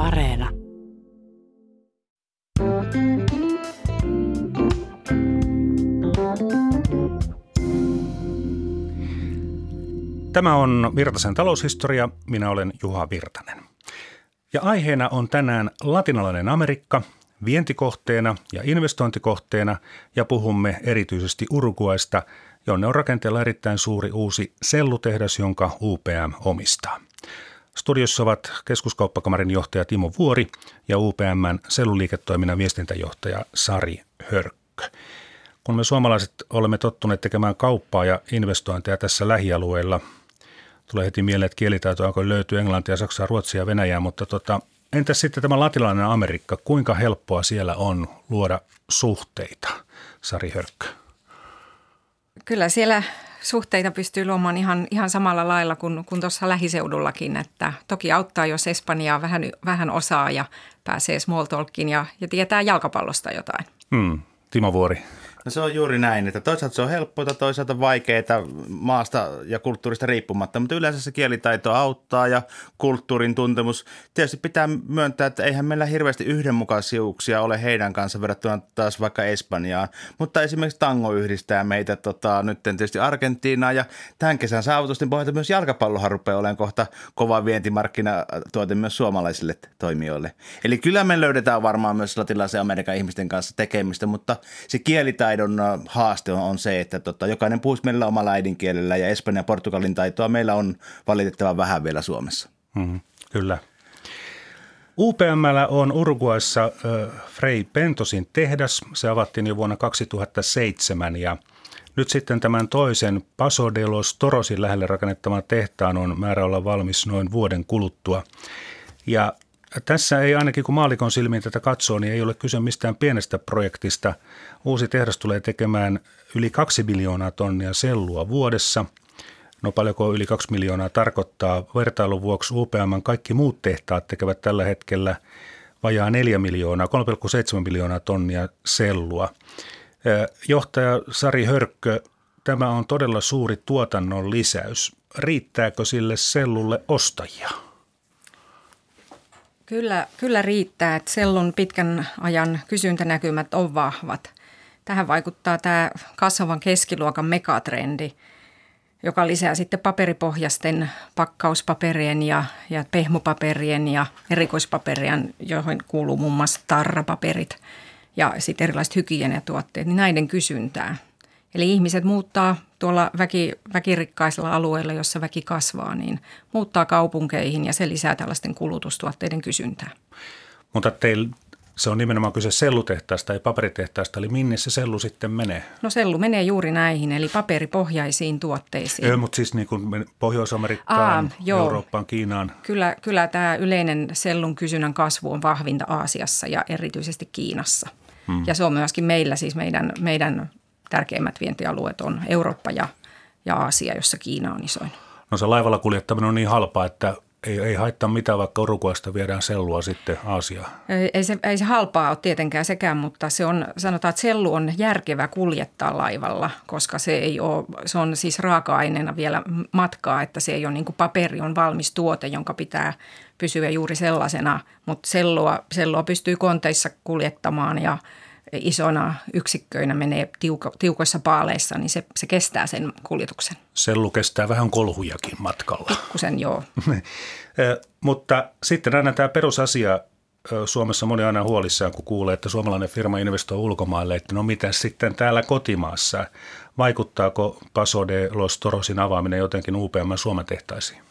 Areena. Tämä on Virtasen taloushistoria. Minä olen Juha Virtanen. Ja aiheena on tänään Latinalainen Amerikka vientikohteena ja investointikohteena, ja puhumme erityisesti Uruguaysta, jonne on rakenteella erittäin suuri uusi sellutehdas, jonka UPM omistaa. Studiossa ovat Keskuskauppakamarin johtaja Timo Vuori ja UPM:n selluliiketoiminnan viestintäjohtaja Sari Hörkkö. Kun me suomalaiset olemme tottuneet tekemään kauppaa ja investointeja tässä lähialueella, tulee heti mieleen, että kielitaito alkoi löytyä englantia, saksaa, ruotsia ja venäjää, mutta entäs sitten tämä Latinalainen Amerikka, kuinka helppoa siellä on luoda suhteita, Sari Hörkkö? Kyllä siellä suhteita pystyy luomaan ihan samalla lailla kuin tuossa lähiseudullakin, että toki auttaa, jos Espanjaa vähän osaa ja pääsee small talkiin ja tietää jalkapallosta jotain. Timo Vuori. No se on juuri näin, että toisaalta se on helppoa, toisaalta vaikeaa maasta ja kulttuurista riippumatta, mutta yleensä se kielitaito auttaa ja kulttuurin tuntemus. Tietysti pitää myöntää, että eihän meillä hirveästi yhdenmukaisuuksia ole heidän kanssa verrattuna taas vaikka Espanjaan, mutta esimerkiksi tango yhdistää meitä nyt tietysti Argentiinaan ja tämän kesän saavutusten pohjalta myös jalkapallohan rupeaa olemaan kohta kova vientimarkkinatuote myös suomalaisille toimijoille. Eli kyllä me löydetään varmaan myös latinalaisen Amerikan ihmisten kanssa tekemistä, mutta se kielitaidon haaste on se, että jokainen puhuisi meillä omalla äidinkielellä ja Espanjan ja Portugalin taitoa meillä on valitettavan vähän vielä Suomessa. Kyllä. UPM:llä on Uruguayssa Fray Bentosin tehdas. Se avattiin jo vuonna 2007 ja nyt sitten tämän toisen Paso de los Torosin lähelle rakennettavan tehtaan on määrä olla valmis noin vuoden kuluttua. Ja tässä ei ainakin kun maallikon silmiin tätä katsoo, niin ei ole kyse mistään pienestä projektista. Uusi tehdas tulee tekemään yli 2 miljoonaa tonnia sellua vuodessa. No paljonko yli 2 miljoonaa tarkoittaa? Vertailun vuoksi UPM:n kaikki muut tehtaat tekevät tällä hetkellä vajaa 4 miljoonaa, 3,7 miljoonaa tonnia sellua. Johtaja Sari Hörkkö, tämä on todella suuri tuotannon lisäys. Riittääkö sille sellulle ostajia? Kyllä riittää, että sellun pitkän ajan kysyntänäkymät on vahvat. Tähän vaikuttaa tämä kasvavan keskiluokan megatrendi, joka lisää sitten paperipohjaisten pakkauspaperien ja pehmopaperien ja erikoispaperien, joihin kuuluu muun muassa tarrapaperit ja sitten erilaiset hygieniatuotteet, niin näiden kysyntää. Eli ihmiset muuttaa tuolla väkirikkaisella alueella, jossa väki kasvaa, niin muuttaa kaupunkeihin ja se lisää tällaisten kulutustuotteiden kysyntää. Mutta teillä se on nimenomaan kyse sellutehtaasta ja paperitehtaasta, eli minne se sellu sitten menee? No sellu menee juuri näihin, eli paperipohjaisiin tuotteisiin. Mutta siis niin kuin Pohjois-Amerikkaan, Eurooppaan, Kiinaan. Kyllä tämä yleinen sellun kysynnän kasvu on vahvinta Aasiassa ja erityisesti Kiinassa. Ja se on myöskin meillä, siis meidän tärkeimmät vientialueet on Eurooppa ja Aasia, jossa Kiina on isoin. No se laivalla kuljettaminen on niin halpaa, että ei haittaa mitään, vaikka Uruguaysta viedään sellua sitten Aasiaan. Ei se halpaa ole tietenkään sekään, mutta sanotaan, että sellu on järkevä kuljettaa laivalla, koska se on siis raaka-aineena vielä matkaa, että se ei ole niin kuin paperi on valmis tuote, jonka pitää pysyä juuri sellaisena, mutta sellua pystyy konteissa kuljettamaan ja isona yksikköinä menee tiukoissa paaleissa, niin se kestää sen kuljetuksen. Sellu kestää vähän kolhujakin matkalla. Pikkusen, joo. Mutta sitten aina tämä perusasia, Suomessa moni aina huolissaan, kun kuulee, että suomalainen firma investoi ulkomaille, että no mitä sitten täällä kotimaassa? Vaikuttaako Paso de los Torosin avaaminen jotenkin UPM:n Suomen tehtaisiin?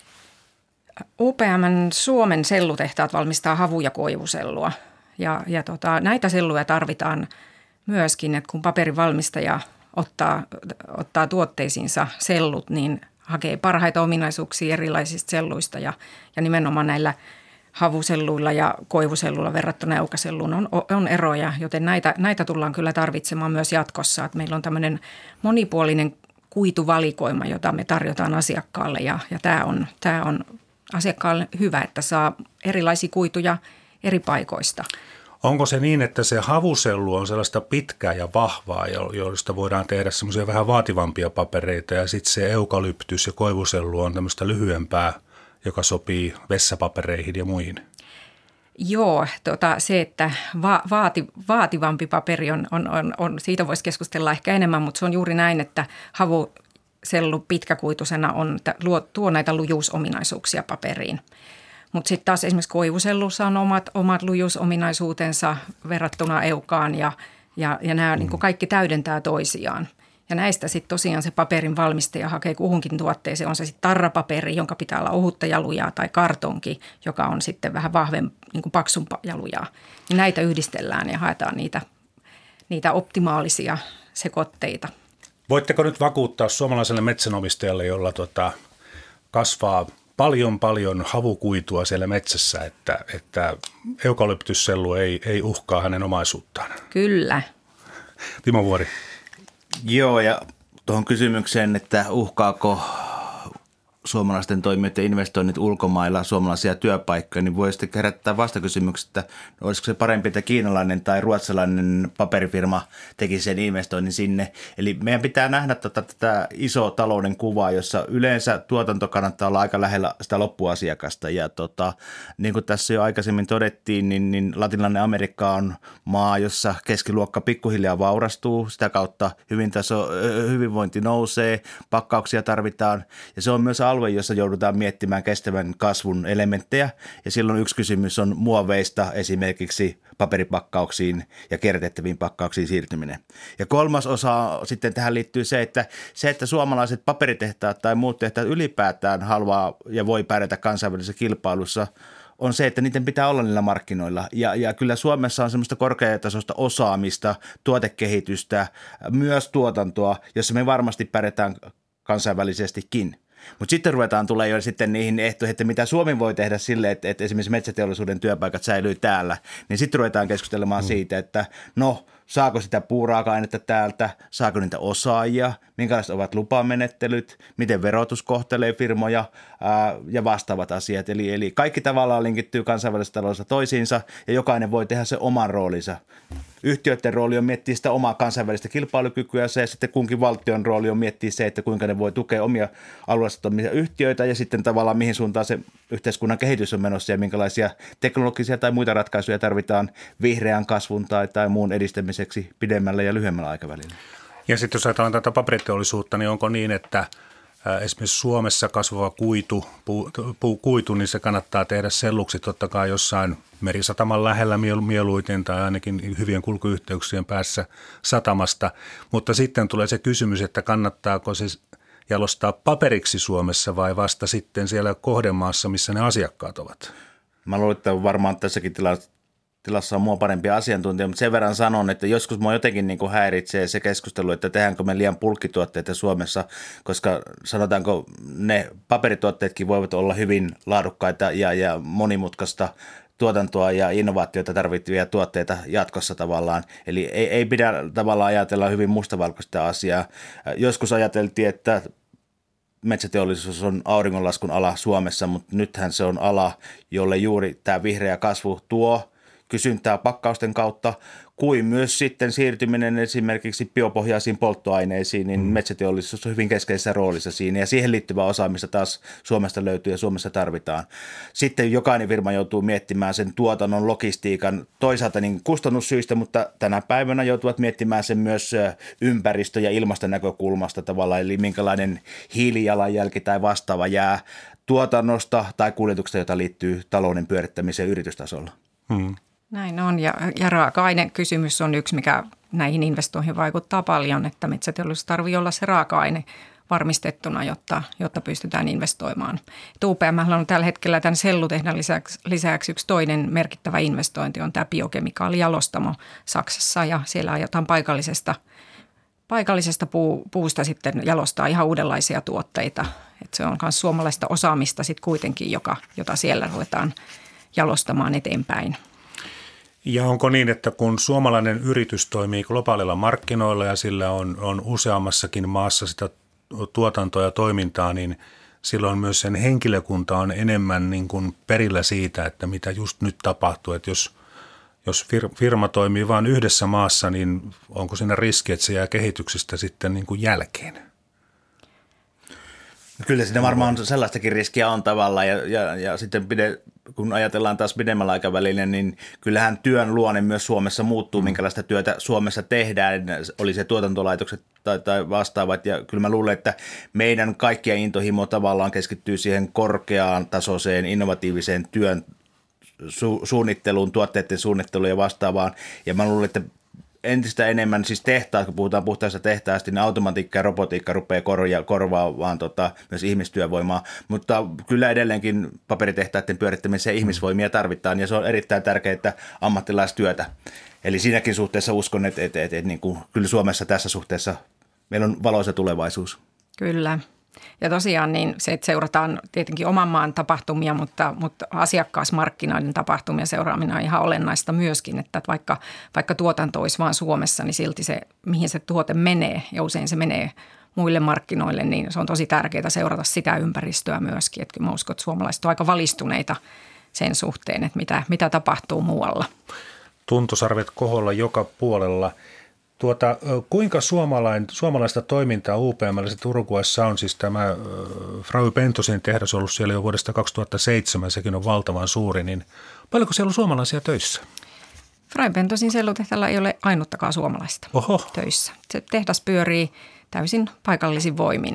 UPM:n Suomen sellutehtaat valmistaa havu- ja koivusellua. Ja näitä selluja tarvitaan myöskin, että kun paperin valmistaja ottaa tuotteisiinsa sellut, niin hakee parhaita ominaisuuksia erilaisista selluista ja nimenomaan näillä havuselluilla ja koivuselluilla verrattuna eukaselluun on eroja, joten näitä tullaan kyllä tarvitsemaan myös jatkossa. Että meillä on tämmöinen monipuolinen kuituvalikoima, jota me tarjotaan asiakkaalle ja tämä on asiakkaalle hyvä, että saa erilaisia kuituja eri paikoista. Onko se niin, että se havusellu on sellaista pitkää ja vahvaa, joista voidaan tehdä semmoisia vähän vaativampia papereita ja sitten se eukalyptys ja koivusellu on tämmöistä lyhyempää, joka sopii vessapapereihin ja muihin? Joo, se, että vaativampi paperi on, siitä voisi keskustella ehkä enemmän, mutta se on juuri näin, että havusellu pitkäkuituisena tuo näitä lujuusominaisuuksia paperiin. Mutta sitten taas esimerkiksi koivusellussa on omat lujuusominaisuutensa verrattuna eukaan ja nämä niin kuin kaikki täydentää toisiaan. Ja näistä sitten tosiaan se paperin valmistaja hakee kuhunkin tuotteeseen. On se sitten tarrapaperi, jonka pitää olla ohutta jalujaa, tai kartonki, joka on sitten vähän vahvempi, niin kuin paksumpaa jalujaa. Niin näitä yhdistellään ja haetaan niitä optimaalisia sekoitteita. Voitteko nyt vakuuttaa suomalaiselle metsänomistajalle, jolla kasvaa paljon havukuitua siellä metsässä, että eukalyptussellu ei uhkaa hänen omaisuuttaan? Kyllä. Timo Vuori. Joo, ja tuohon kysymykseen, että uhkaako suomalaisten toimijoiden investoinnit ulkomailla suomalaisia työpaikkoja, niin voi sitten herättää vastakysymykset, että olisiko se parempi, että kiinalainen tai ruotsalainen paperifirma tekisi sen investoinnin sinne. Eli meidän pitää nähdä tätä isoa talouden kuvaa, jossa yleensä tuotanto kannattaa olla aika lähellä sitä loppuasiakasta. Ja niin kuin tässä jo aikaisemmin todettiin, niin Latinalainen Amerikka on maa, jossa keskiluokka pikkuhiljaa vaurastuu. Sitä kautta hyvinvointi nousee, pakkauksia tarvitaan ja se on myös alue, jossa joudutaan miettimään kestävän kasvun elementtejä ja silloin yksi kysymys on muoveista esimerkiksi paperipakkauksiin ja kierrätettäviin pakkauksiin siirtyminen. Ja kolmas osa sitten tähän liittyy se, että suomalaiset paperitehtaat tai muut tehtaat ylipäätään haluaa ja voi pärjätä kansainvälisessä kilpailussa on se, että niiden pitää olla niillä markkinoilla. Ja kyllä Suomessa on semmoista korkeatasoista osaamista, tuotekehitystä, myös tuotantoa, jossa me varmasti pärjätään kansainvälisestikin. Mutta sitten ruvetaan tulee jo sitten niihin ehtoihin, että mitä Suomi voi tehdä sille, että esimerkiksi metsäteollisuuden työpaikat säilyy täällä. Niin sitten ruvetaan keskustelemaan siitä, että saako sitä puuraaka-ainetta täältä, saako niitä osaajia, minkälaiset ovat lupamenettelyt, miten verotus kohtelee firmoja ja vastaavat asiat. Eli kaikki tavallaan linkittyy kansainvälisessä taloudessa toisiinsa ja jokainen voi tehdä sen oman roolinsa. Yhtiöiden rooli on miettiä sitä omaa kansainvälistä kilpailukykyä ja sitten kunkin valtion rooli on miettiä se, että kuinka ne voi tukea omia alueellista yhtiöitä ja sitten tavallaan mihin suuntaan se yhteiskunnan kehitys on menossa ja minkälaisia teknologisia tai muita ratkaisuja tarvitaan vihreän kasvun tai muun edistämiseksi pidemmällä ja lyhyemmällä aikavälillä. Ja sitten jos ajatellaan tätä paperiteollisuutta, niin onko niin, että esimerkiksi Suomessa kasvava kuitu, niin se kannattaa tehdä selluksi totta kai jossain merisataman lähellä mieluiten tai ainakin hyvien kulkuyhteyksien päässä satamasta. Mutta sitten tulee se kysymys, että kannattaako se jalostaa paperiksi Suomessa vai vasta sitten siellä kohdemaassa, missä ne asiakkaat ovat? Mä luulen, että varmaan tässäkin tilassa on mua parempia asiantuntijoita, mutta sen verran sanon, että joskus mua jotenkin niin kuin häiritsee se keskustelu, että tehdäänkö me liian bulkkituotteita Suomessa, koska sanotaanko ne paperituotteetkin voivat olla hyvin laadukkaita ja monimutkaista tuotantoa ja innovaatioita tarvittavia tuotteita jatkossa tavallaan. Eli ei pidä tavallaan ajatella hyvin mustavalkoista asiaa. Joskus ajateltiin, että metsäteollisuus on auringonlaskun ala Suomessa, mutta nythän se on ala, jolle juuri tämä vihreä kasvu tuo kysyntää pakkausten kautta, kuin myös sitten siirtyminen esimerkiksi biopohjaisiin polttoaineisiin, niin metsäteollisuus on hyvin keskeisessä roolissa siinä ja siihen liittyvää osaamista taas Suomesta löytyy ja Suomessa tarvitaan. Sitten jokainen firma joutuu miettimään sen tuotannon logistiikan toisaalta niin kustannussyistä, mutta tänä päivänä joutuvat miettimään sen myös ympäristö- ja ilmaston näkökulmasta tavallaan, eli minkälainen hiilijalanjälki tai vastaava jää tuotannosta tai kuljetuksesta, jota liittyy talouden pyörittämiseen yritystasolla. Näin on ja raaka-ainekysymys on yksi, mikä näihin investoihin vaikuttaa paljon, että metsäteollisuus tarvitsee olla se raaka-aine varmistettuna, jotta pystytään investoimaan. UPM on tällä hetkellä tämän sellutehdan lisäksi yksi toinen merkittävä investointi on tämä biokemikaalijalostamo Saksassa ja siellä aiotaan paikallisesta puusta sitten jalostaa ihan uudenlaisia tuotteita. Et se on myös suomalaista osaamista sitten kuitenkin, jota siellä ruvetaan jalostamaan eteenpäin. Ja onko niin, että kun suomalainen yritys toimii globaalilla markkinoilla ja sillä on useammassakin maassa sitä tuotantoa ja toimintaa, niin silloin myös sen henkilökunta on enemmän niin kuin perillä siitä, että mitä just nyt tapahtuu. Että jos firma toimii vain yhdessä maassa, niin onko siinä riski, että se jää kehityksestä sitten niin kuin jälkeen? Kyllä siinä varmaan sellaistakin riskiä on tavallaan ja sitten kun ajatellaan taas pidemmällä aikavälillä, niin kyllähän työn luonne myös Suomessa muuttuu, minkälaista työtä Suomessa tehdään, oli se tuotantolaitokset tai vastaavat. Ja kyllä mä luulen, että meidän kaikkien intohimo tavallaan keskittyy siihen korkeaan tasoiseen innovatiiviseen työn suunnitteluun, tuotteiden suunnitteluun ja vastaavaan. Ja mä luulen, että entistä enemmän siis tehtaat, kun puhutaan puhtaista tehtaista, niin automatiikka ja robotiikka rupeaa korvaamaan myös ihmistyövoimaa, mutta kyllä edelleenkin paperitehtaiden pyörittämiseen ihmisvoimia tarvitaan, ja se on erittäin tärkeää, että ammattilaistyötä. Eli siinäkin suhteessa uskon, että niin kuin, kyllä Suomessa tässä suhteessa meillä on valoisa tulevaisuus. Kyllä. Ja tosiaan niin se, että seurataan tietenkin oman maan tapahtumia, mutta asiakkaasmarkkinoiden tapahtumia seuraaminen on ihan olennaista myöskin, että vaikka tuotanto olisi vaan Suomessa, niin silti se, mihin se tuote menee, ja usein se menee muille markkinoille, niin se on tosi tärkeää seurata sitä ympäristöä myöskin. Että kyllä mä uskon, että suomalaiset on aika valistuneita sen suhteen, että mitä tapahtuu muualla. Tuntosarvet koholla joka puolella. Kuinka suomalaista toimintaa UPM:llä Uruguayssa on? Siis tämä Fray Bentosin tehdas on ollut siellä jo vuodesta 2007, sekin on valtavan suuri, niin paljonko siellä on suomalaisia töissä? Fray Bentosin sellutehtaalla ei ole ainuttakaan suomalaista töissä. Se tehdas pyörii täysin paikallisin voimin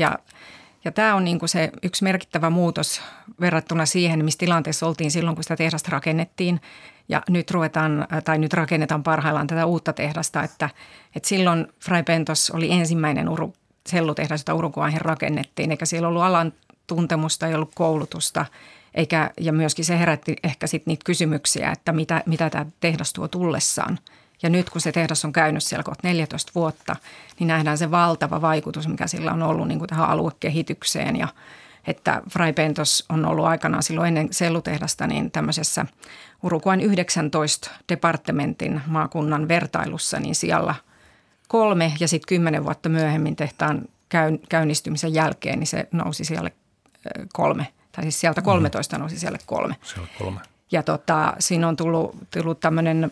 ja tämä on niin kuin se yksi merkittävä muutos verrattuna siihen, missä tilanteessa oltiin silloin, kun sitä tehdasta rakennettiin. Ja nyt rakennetaan parhaillaan tätä uutta tehdasta, että silloin Fray Bentos oli ensimmäinen sellutehdas, jota Uruguayhin rakennettiin, eikä siellä ollut alan tuntemusta, ei ollut koulutusta, ja myöskin se herätti ehkä sitten niitä kysymyksiä, että mitä tämä tehdas tuo tullessaan. Ja nyt kun se tehdas on käynyt siellä kohta 14 vuotta, niin nähdään se valtava vaikutus, mikä sillä on ollut niin kuin tähän aluekehitykseen ja että Fray Bentos on ollut aikanaan silloin ennen sellutehdasta niin tämmöisessä Uruguayn 19 departementin maakunnan vertailussa niin siellä 3 ja sitten 10 vuotta myöhemmin tehtaan käynnistymisen jälkeen niin se nousi siellä 3. Tai siis sieltä 13 nousi siellä 3. Siellä 3. Ja siinä on tullut tämmöinen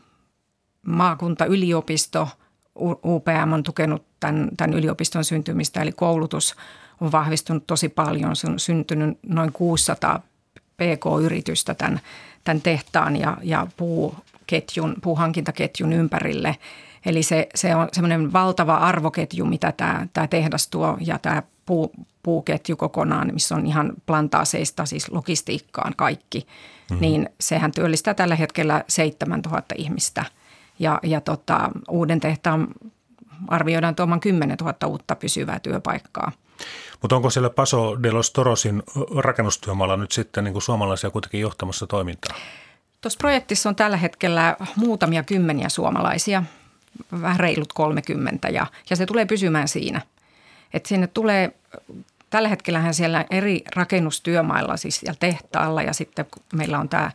maakuntayliopisto. UPM on tukenut tämän yliopiston syntymistä, eli koulutus on vahvistunut tosi paljon. Se on syntynyt noin 600 PK-yritystä tämän tehtaan ja puuhankintaketjun ympärille. Eli se on semmoinen valtava arvoketju, mitä tämä tehdas tuo ja tämä puuketju kokonaan, missä on ihan plantaaseista, siis logistiikkaan kaikki. Niin sehän työllistää tällä hetkellä 7000 ihmistä ja uuden tehtaan arvioidaan tuomaan 10 000 uutta pysyvää työpaikkaa. Mutta onko siellä Paso de los Torosin rakennustyömaalla nyt sitten niin kuin suomalaisia kuitenkin johtamassa toimintaa? Tuossa projektissa on tällä hetkellä muutamia kymmeniä suomalaisia, vähän reilut 30 ja se tulee pysymään siinä. Että sinne tulee, tällä hetkellähän siellä eri rakennustyömailla, siis siellä tehtaalla ja sitten meillä on tämä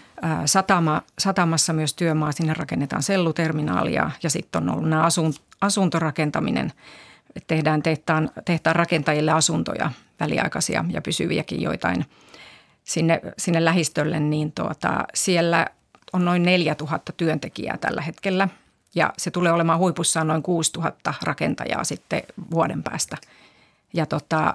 satamassa myös työmaa, sinne rakennetaan selluterminaalia ja sitten on ollut nämä asuntorakentaminen, että tehdään tehtaan rakentajille asuntoja, väliaikaisia ja pysyviäkin joitain sinne lähistölle, niin siellä on noin 4000 työntekijää tällä hetkellä ja se tulee olemaan huipussaan noin 6000 rakentajaa sitten vuoden päästä. Ja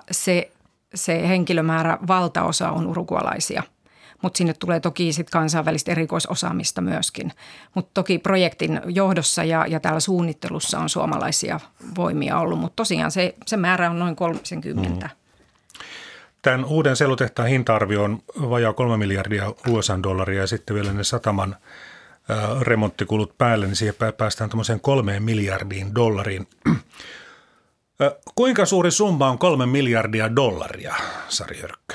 se henkilömäärä valtaosa on urugualaisia. Mutta sinne tulee toki sit kansainvälistä erikoisosaamista myöskin. Mutta toki projektin johdossa ja täällä suunnittelussa on suomalaisia voimia ollut, mutta tosiaan se määrä on noin 30. Tämän uuden sellutehtaan hinta-arvio on vajaa 3 miljardia USA-dollaria ja sitten vielä ne sataman remonttikulut päälle, niin siihen päästään tuommoiseen 3 miljardiin dollariin. Kuinka suuri summa on 3 miljardia dollaria, Sari Hörkkö?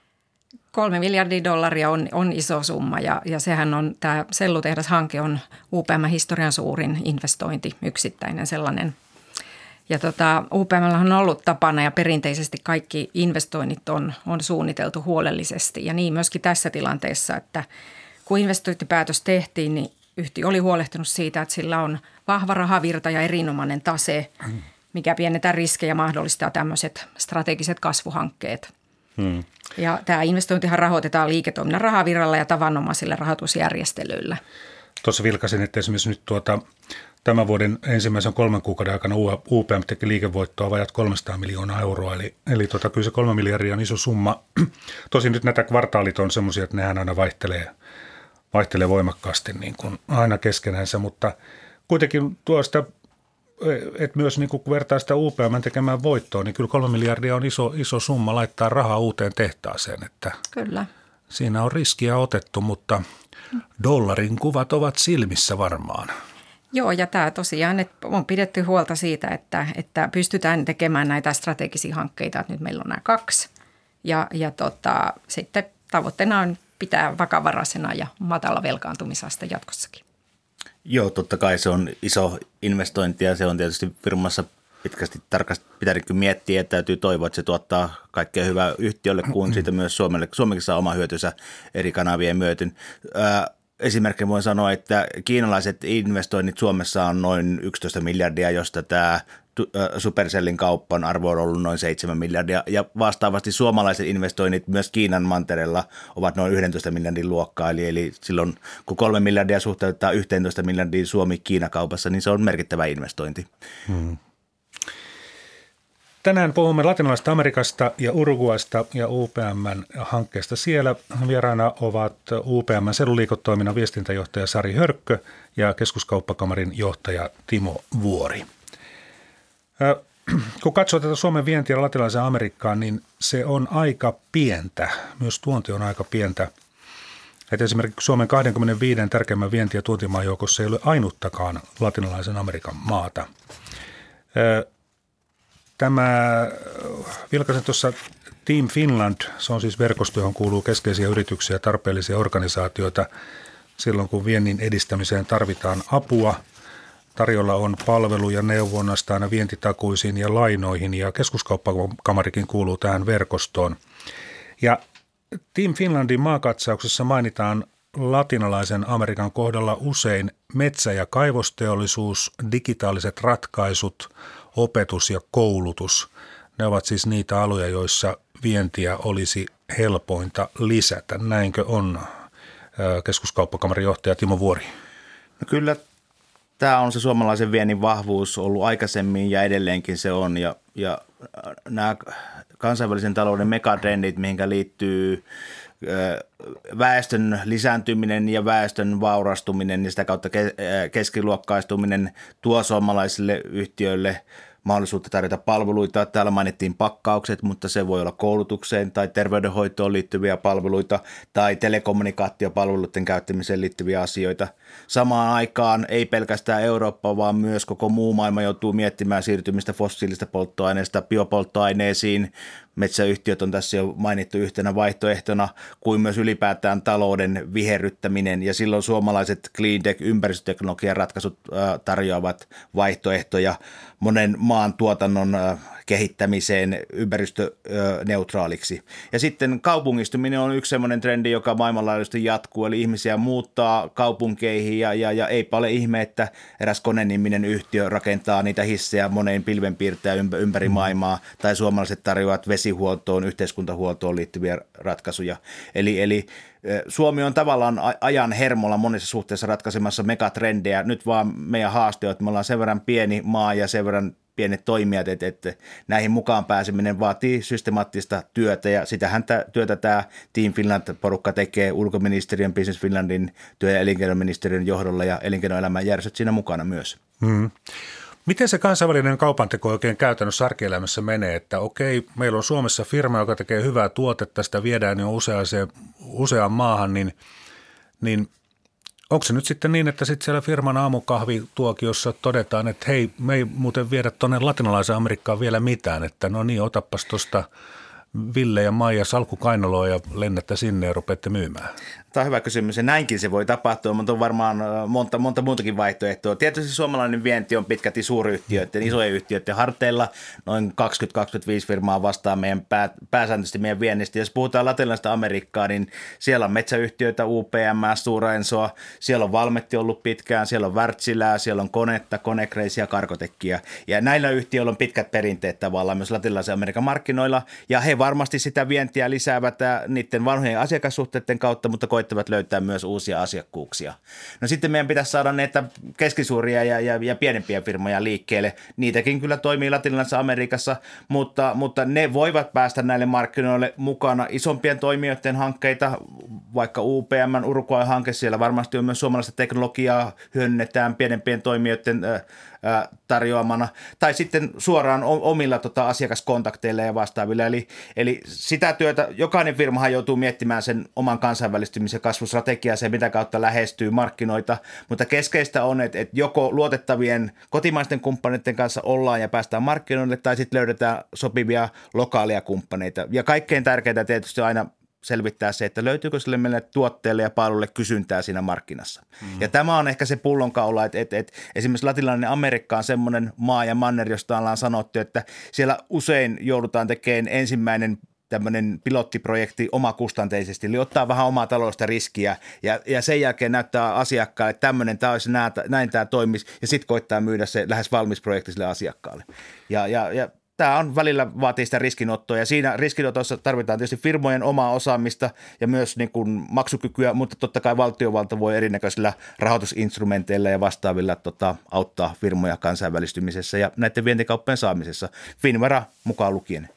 3 miljardia dollaria on iso summa ja sehän on, tämä sellutehdashanke on UPM-historian suurin investointi, yksittäinen sellainen. Ja UPM:llä on ollut tapana ja perinteisesti kaikki investoinnit on suunniteltu huolellisesti ja niin myöskin tässä tilanteessa, että kun investointipäätös tehtiin, niin yhtiö oli huolehtinut siitä, että sillä on vahva rahavirta ja erinomainen tase, mikä pienentää riskejä ja mahdollistaa tämmöiset strategiset kasvuhankkeet. Ja tämä investointihan rahoitetaan liiketoiminnan rahavirralla ja tavanomaisilla rahoitusjärjestelyillä. Tuossa vilkaisin, että esimerkiksi nyt tämän vuoden ensimmäisen 3 kuukauden aikana UPM teki liikevoittoa vajat 300 miljoonaa euroa, eli kyllä se 3 miljardia on iso summa. Tosin nyt näitä kvartaalit on semmoisia, että nehän aina vaihtelee voimakkaasti niin kuin aina keskenänsä, mutta kuitenkin tuosta, että myös niin kun vertaa sitä UPM tekemään voittoa, niin kyllä 3 miljardia on iso summa laittaa rahaa uuteen tehtaaseen, että Kyllä. Siinä on riskiä otettu, mutta dollarin kuvat ovat silmissä varmaan. Joo, ja tämä tosiaan, että on pidetty huolta siitä, että pystytään tekemään näitä strategisia hankkeita, että nyt meillä on nämä 2. Ja sitten tavoitteena on pitää vakavaraisena ja matala velkaantumisaste jatkossakin. Joo, totta kai se on iso investointi ja se on tietysti firmassa pitkästi tarkasti pitänyt miettiä, että täytyy toivoa, että se tuottaa kaikkea hyvää yhtiölle, kun siitä myös Suomekin saa oma hyötynsä eri kanavien myöten. Esimerkiksi voin sanoa, että kiinalaiset investoinnit Suomessa on noin 11 miljardia, josta tämä Supercellin kauppan arvo on ollut noin 7 miljardia ja vastaavasti suomalaiset investoinnit myös Kiinan mantereella ovat noin 11 miljardin luokkaa, eli silloin kun 3 miljardia suhteutetaan 11 miljardia Suomi-Kiina-kaupassa, niin se on merkittävä investointi. Tänään puhumme Latinalaisesta Amerikasta ja Uruguaysta ja UPM:n hankkeesta siellä. Vieraana ovat UPM:n selluliiketoiminnan viestintäjohtaja Sari Hörkkö ja Keskuskauppakamarin johtaja Timo Vuori. Kun katsoo tätä Suomen vientiä Latinalaiseen Amerikkaan, niin se on aika pientä. Myös tuonti on aika pientä. Että esimerkiksi Suomen 25 tärkeimmän vienti- ja tuontimaan joukossa ei ole ainuttakaan Latinalaisen Amerikan maata. Vilkaisen tuossa Team Finland, se on siis verkosto, johon kuuluu keskeisiä yrityksiä ja tarpeellisia organisaatioita. Silloin kun viennin edistämiseen tarvitaan apua, tarjolla on palveluja neuvonnasta aina vientitakuisiin ja lainoihin ja Keskuskauppakamarikin kuuluu tähän verkostoon. Ja Team Finlandin maakatsauksessa mainitaan Latinalaisen Amerikan kohdalla usein metsä- ja kaivosteollisuus, digitaaliset ratkaisut, opetus ja koulutus. Ne ovat siis niitä aloja, joissa vientiä olisi helpointa lisätä. Näinkö on, Keskuskauppakamarin johtaja Timo Vuori? No kyllä tämä on se suomalaisen viennin vahvuus ollut aikaisemmin ja edelleenkin se on. Ja nämä kansainvälisen talouden megatrendit, mihinkä liittyy väestön lisääntyminen ja väestön vaurastuminen ja sitä kautta keskiluokkaistuminen tuo suomalaisille yhtiöille mahdollisuutta tarjota palveluita. Täällä mainittiin pakkaukset, mutta se voi olla koulutukseen tai terveydenhoitoon liittyviä palveluita tai telekommunikaatiopalveluiden käyttämiseen liittyviä asioita. Samaan aikaan ei pelkästään Eurooppa, vaan myös koko muu maailma joutuu miettimään siirtymistä fossiilista polttoaineista biopolttoaineisiin. Metsäyhtiöt on tässä jo mainittu yhtenä vaihtoehtona, kuin myös ylipäätään talouden viherryttäminen, ja silloin suomalaiset cleantech ympäristöteknologian ratkaisut tarjoavat vaihtoehtoja monen maan tuotannon kehittämiseen ympäristöneutraaliksi. Ja sitten kaupungistuminen on yksi sellainen trendi, joka maailmanlaajuisesti jatkuu, eli ihmisiä muuttaa kaupunkeihin ja eipä ole ihme, että eräs Kone-niminen yhtiö rakentaa niitä hissejä moneen pilvenpiirtäjään ympäri maailmaa, tai suomalaiset tarjoavat vesihuoltoon, yhteiskuntahuoltoon liittyviä ratkaisuja. Eli Suomi on tavallaan ajan hermolla monessa suhteessa ratkaisemassa megatrendejä. Nyt vaan meidän haaste on, että me ollaan sen verran pieni maa ja sen verran pienet toimijat, että näihin mukaan pääseminen vaatii systemaattista työtä, ja sitähän työtä tämä Team Finland-porukka tekee ulkoministeriön, Business Finlandin, työ- ja elinkeinoministeriön johdolla, ja elinkeinoelämän järjestöt siinä mukana myös. Miten se kansainvälinen kaupanteko oikein käytännössä arkielämässä menee, että okei, meillä on Suomessa firma, joka tekee hyvää tuotetta, sitä viedään jo useaan maahan, niin onko se nyt sitten niin, että sitten siellä firman aamukahvituokiossa todetaan, että hei, me ei muuten viedä tuonne Latinalaisen Amerikkaan vielä mitään, että no niin, otapas tuosta Ville ja Maija salkkukainaloa ja lennätte sinne ja rupeatte myymään? Tämä on hyvä kysymys, ja näinkin se voi tapahtua, mutta on varmaan monta muutakin vaihtoehtoa. Tietysti suomalainen vienti on pitkälti suuryhtiöiden, isojen yhtiöiden harteilla. Noin 20-25 firmaa vastaa meidän pääsääntöisesti meidän viennistä. Jos puhutaan Latinalaisesta Amerikkaa, niin siellä on metsäyhtiöitä, UPM, Stora Ensoa, siellä on Valmetti ollut pitkään, siellä on Wärtsilää, siellä on Konetta, Konecracia, Cargoteckia. Ja näillä yhtiöillä on pitkät perinteet tavallaan myös Latinalaisen Amerikan markkinoilla, ja he ne varmasti sitä vientiä lisäävät niiden vanhojen asiakassuhteiden kautta, mutta koittavat löytää myös uusia asiakkuuksia. No sitten meidän pitäisi saada näitä keskisuuria ja pienempiä firmoja liikkeelle. Niitäkin kyllä toimii Latinalaisessa Amerikassa, mutta ne voivat päästä näille markkinoille mukana isompien toimijoiden hankkeita, vaikka UPM:n Uruguay-hanke, siellä varmasti on myös suomalaista teknologiaa, hyödynnetään pienempien toimijoiden tarjoamana, tai sitten suoraan omilla asiakaskontakteilla ja vastaavilla. Eli sitä työtä, jokainen firmahan joutuu miettimään sen oman kansainvälistymisen ja kasvustrategiaa, se mitä kautta lähestyy markkinoita, mutta keskeistä on, että joko luotettavien kotimaisten kumppaneiden kanssa ollaan ja päästään markkinoille, tai sitten löydetään sopivia lokaalia kumppaneita. Ja kaikkein tärkeintä tietysti aina selvittää se, että löytyykö sille meille tuotteelle ja palvelulle kysyntää siinä markkinassa. Ja tämä on ehkä se pullonkaula, että esimerkiksi Latinalainen Amerikka on semmoinen maa ja manner, josta ollaan sanottu, että siellä usein joudutaan tekemään ensimmäinen tämmöinen pilottiprojekti omakustanteisesti, eli ottaa vähän omaa taloudellista riskiä ja sen jälkeen näyttää asiakkaalle, että tämmöinen tämä olisi näin tämä toimisi ja sitten koittaa myydä se lähes valmis projekti sille asiakkaalle. Ja tämä on välillä vaatii sitä riskinottoa ja siinä riskinotossa tarvitaan tietysti firmojen omaa osaamista ja myös niin kuin maksukykyä, mutta totta kai valtiovalta voi erinäköisillä rahoitusinstrumenteilla ja vastaavilla auttaa firmoja kansainvälistymisessä ja näiden vientikauppojen saamisessa, Finnvera mukaan lukien.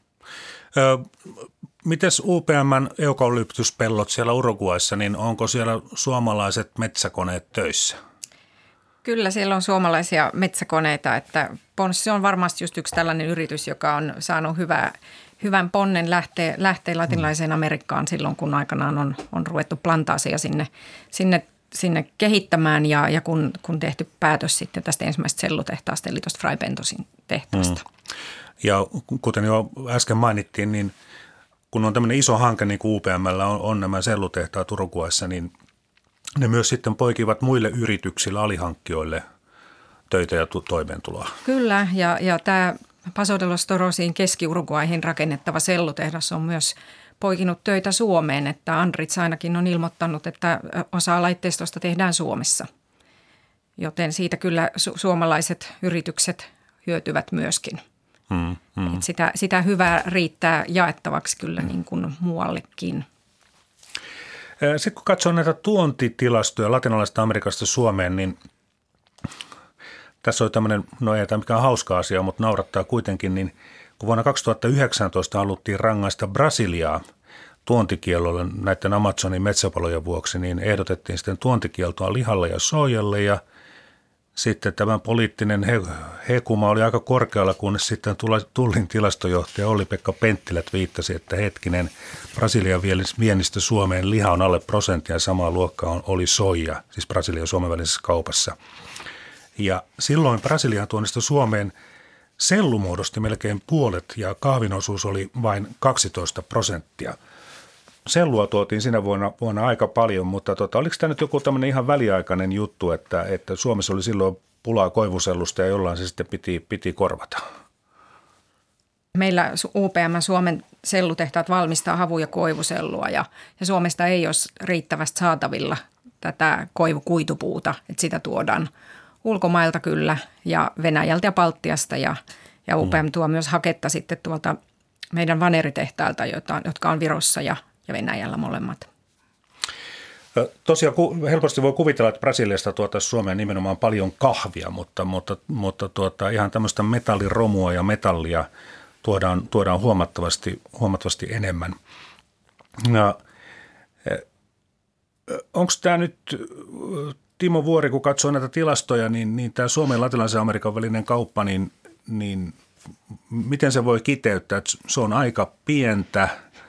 Mites UPM:n eukalyptuspellot siellä Uruguayssa, niin onko siellä suomalaiset metsäkoneet töissä? Kyllä siellä on suomalaisia metsäkoneita, että Ponsse on varmasti just yksi tällainen yritys, joka on saanut hyvän ponnen lähteä Latinalaiseen Amerikkaan silloin, kun aikanaan on ruvettu plantaaseja sinne kehittämään ja kun tehty päätös sitten tästä ensimmäisestä sellutehtaasta, eli tuosta Fray Bentosin tehtaasta. Ja kuten jo äsken mainittiin, niin kun on tämmöinen iso hanke, niin kuin UPM:llä on nämä sellutehtaat Uruguayssa, niin ne myös sitten poikivat muille yrityksille, alihankkijoille töitä ja toimeentuloa. Kyllä, ja tämä Paso de los Torosiin Keski-Uruguayhin rakennettava sellutehdas on myös poikinut töitä Suomeen, että Andritz ainakin on ilmoittanut, että osa laitteistosta tehdään Suomessa. Joten siitä kyllä suomalaiset yritykset hyötyvät myöskin. Sitä hyvää riittää jaettavaksi kyllä niin kuin muuallekin. Sitten kun katsoo näitä tuontitilastoja Latinalaisesta Amerikasta Suomeen, niin tässä oli tämmöinen, no ei tämä mikään hauska asia, mutta naurattaa kuitenkin, niin kun vuonna 2019 haluttiin rangaista Brasiliaa tuontikiellolle näiden Amazonin metsäpalojen vuoksi, niin ehdotettiin sitten tuontikieltoa lihalle ja soijalle ja sitten tämä poliittinen hekuma oli aika korkealla, kunnes sitten Tullin tilastojohtaja Olli-Pekka Penttilä viittasi, että hetkinen, Brasilian viennistä Suomeen liha on alle prosentin ja samaa luokkaa oli soija, siis Brasilian ja Suomen välisessä kaupassa. Ja silloin Brasilian tuonnista Suomeen sellu muodosti melkein puolet ja kahvin osuus oli vain 12%. Sellua tuotiin sinä vuonna aika paljon, mutta oliko tämä nyt joku tämmöinen ihan väliaikainen juttu, että Suomessa oli silloin pulaa koivusellusta ja jollain se sitten piti korvata? Meillä UPM Suomen sellutehtaat valmistaa havu- ja koivusellua ja Suomesta ei ole riittävästi saatavilla tätä koivukuitupuuta, että sitä tuodaan ulkomailta kyllä ja Venäjältä ja Baltiasta ja UPM tuo myös haketta sitten tuolta meidän vaneritehtailta, jotka on Virossa ja Venäjällä molemmat. Tosiaan helposti voi kuvitella, että Brasiliasta tuotaisiin Suomeen nimenomaan paljon kahvia, mutta ihan tämmöistä metalliromua ja metallia tuodaan huomattavasti enemmän. Onko tämä nyt, Timo Vuori, kun katsoo näitä tilastoja, niin tämä Suomen ja Latinalaisen Amerikan välinen kauppa, niin miten se voi kiteyttää, että se on aika pientä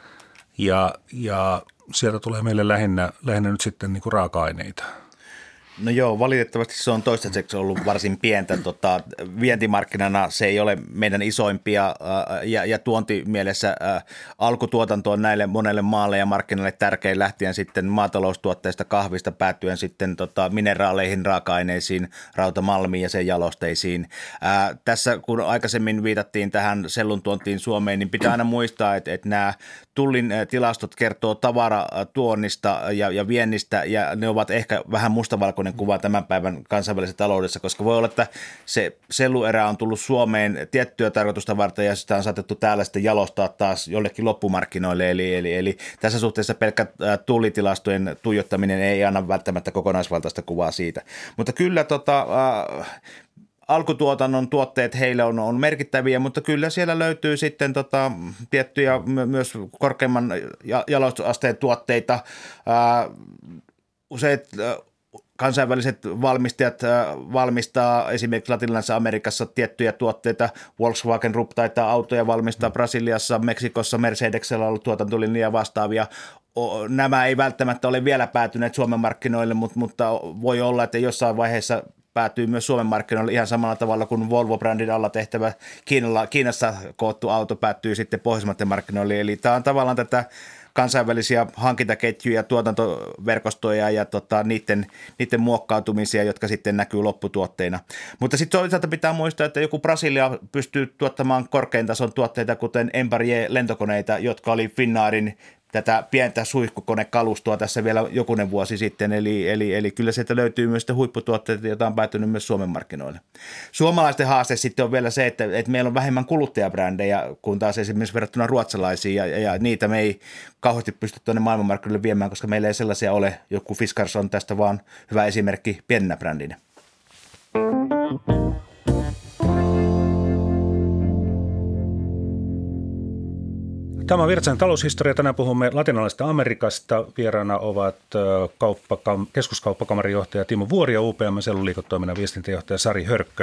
ja sieltä tulee meille lähinnä nyt sitten niin kuin raaka-aineita? No joo, valitettavasti se on toistaiseksi ollut varsin pientä. Vientimarkkinana se ei ole meidän isoimpia ja tuontimielessä alkutuotanto on näille monelle maalle ja markkinalle tärkein lähtien sitten maataloustuotteista, kahvista päättyen sitten mineraaleihin, raaka-aineisiin, rautamalmiin ja sen jalosteisiin. Tässä kun aikaisemmin viitattiin tähän sellun tuontiin Suomeen, niin pitää aina muistaa, että nämä Tullin tilastot kertoo tavaratuonnista ja viennistä, ja ne ovat ehkä vähän mustavalkoinen kuva tämän päivän kansainvälisessä taloudessa, koska voi olla, että se selluerä on tullut Suomeen tiettyä tarkoitusta varten, ja sitä on saatettu täällä sitten jalostaa taas jollekin loppumarkkinoille, eli tässä suhteessa pelkkä tullitilastojen tuijottaminen ei anna välttämättä kokonaisvaltaista kuvaa siitä. Mutta kyllä alkutuotannon tuotteet heille on merkittäviä, mutta kyllä siellä löytyy sitten tiettyjä myös korkeamman jalostusasteen tuotteita. Useat kansainväliset valmistajat valmistaa esimerkiksi Latinalaisessa Amerikassa tiettyjä tuotteita. Volkswagen Group taitaa autoja valmistaa Brasiliassa, Meksikossa Mercedesellä on ollut tuotantolinjia vastaavia. Nämä ei välttämättä ole vielä päätyneet Suomen markkinoille, mutta voi olla, että jossain vaiheessa päätyy myös Suomen markkinoille ihan samalla tavalla kuin Volvo-brändin alla tehtävä Kiinassa koottu auto päättyy sitten Pohjoismaiden markkinoille. Eli tämä on tavallaan tätä kansainvälisiä hankintaketjuja, tuotantoverkostoja ja niiden muokkautumisia, jotka sitten näkyy lopputuotteina. Mutta sitten toisaalta pitää muistaa, että joku Brasilia pystyy tuottamaan korkean tason tuotteita, kuten Embraer-lentokoneita, jotka oli Finnairin tätä pientä suihkukonekalustoa tässä vielä jokunen vuosi sitten, eli kyllä sieltä löytyy myös huipputuotteita, joita on päätynyt myös Suomen markkinoille. Suomalaisten haaste sitten on vielä se, että meillä on vähemmän kuluttajabrändejä kuin taas esimerkiksi verrattuna ruotsalaisiin, ja niitä me ei kauheasti pysty tuonne maailmanmarkkinoille viemään, koska meillä ei sellaisia ole. Joku Fiskars on tästä vaan hyvä esimerkki pienenä brändinä. Tämä on Virtasen taloushistoria. Tänään puhumme latinalaisesta Amerikasta. Vieraana ovat keskuskauppakamarin johtaja Timo Vuori ja UPM selluliiketoiminnan viestintäjohtaja Sari Hörkkö.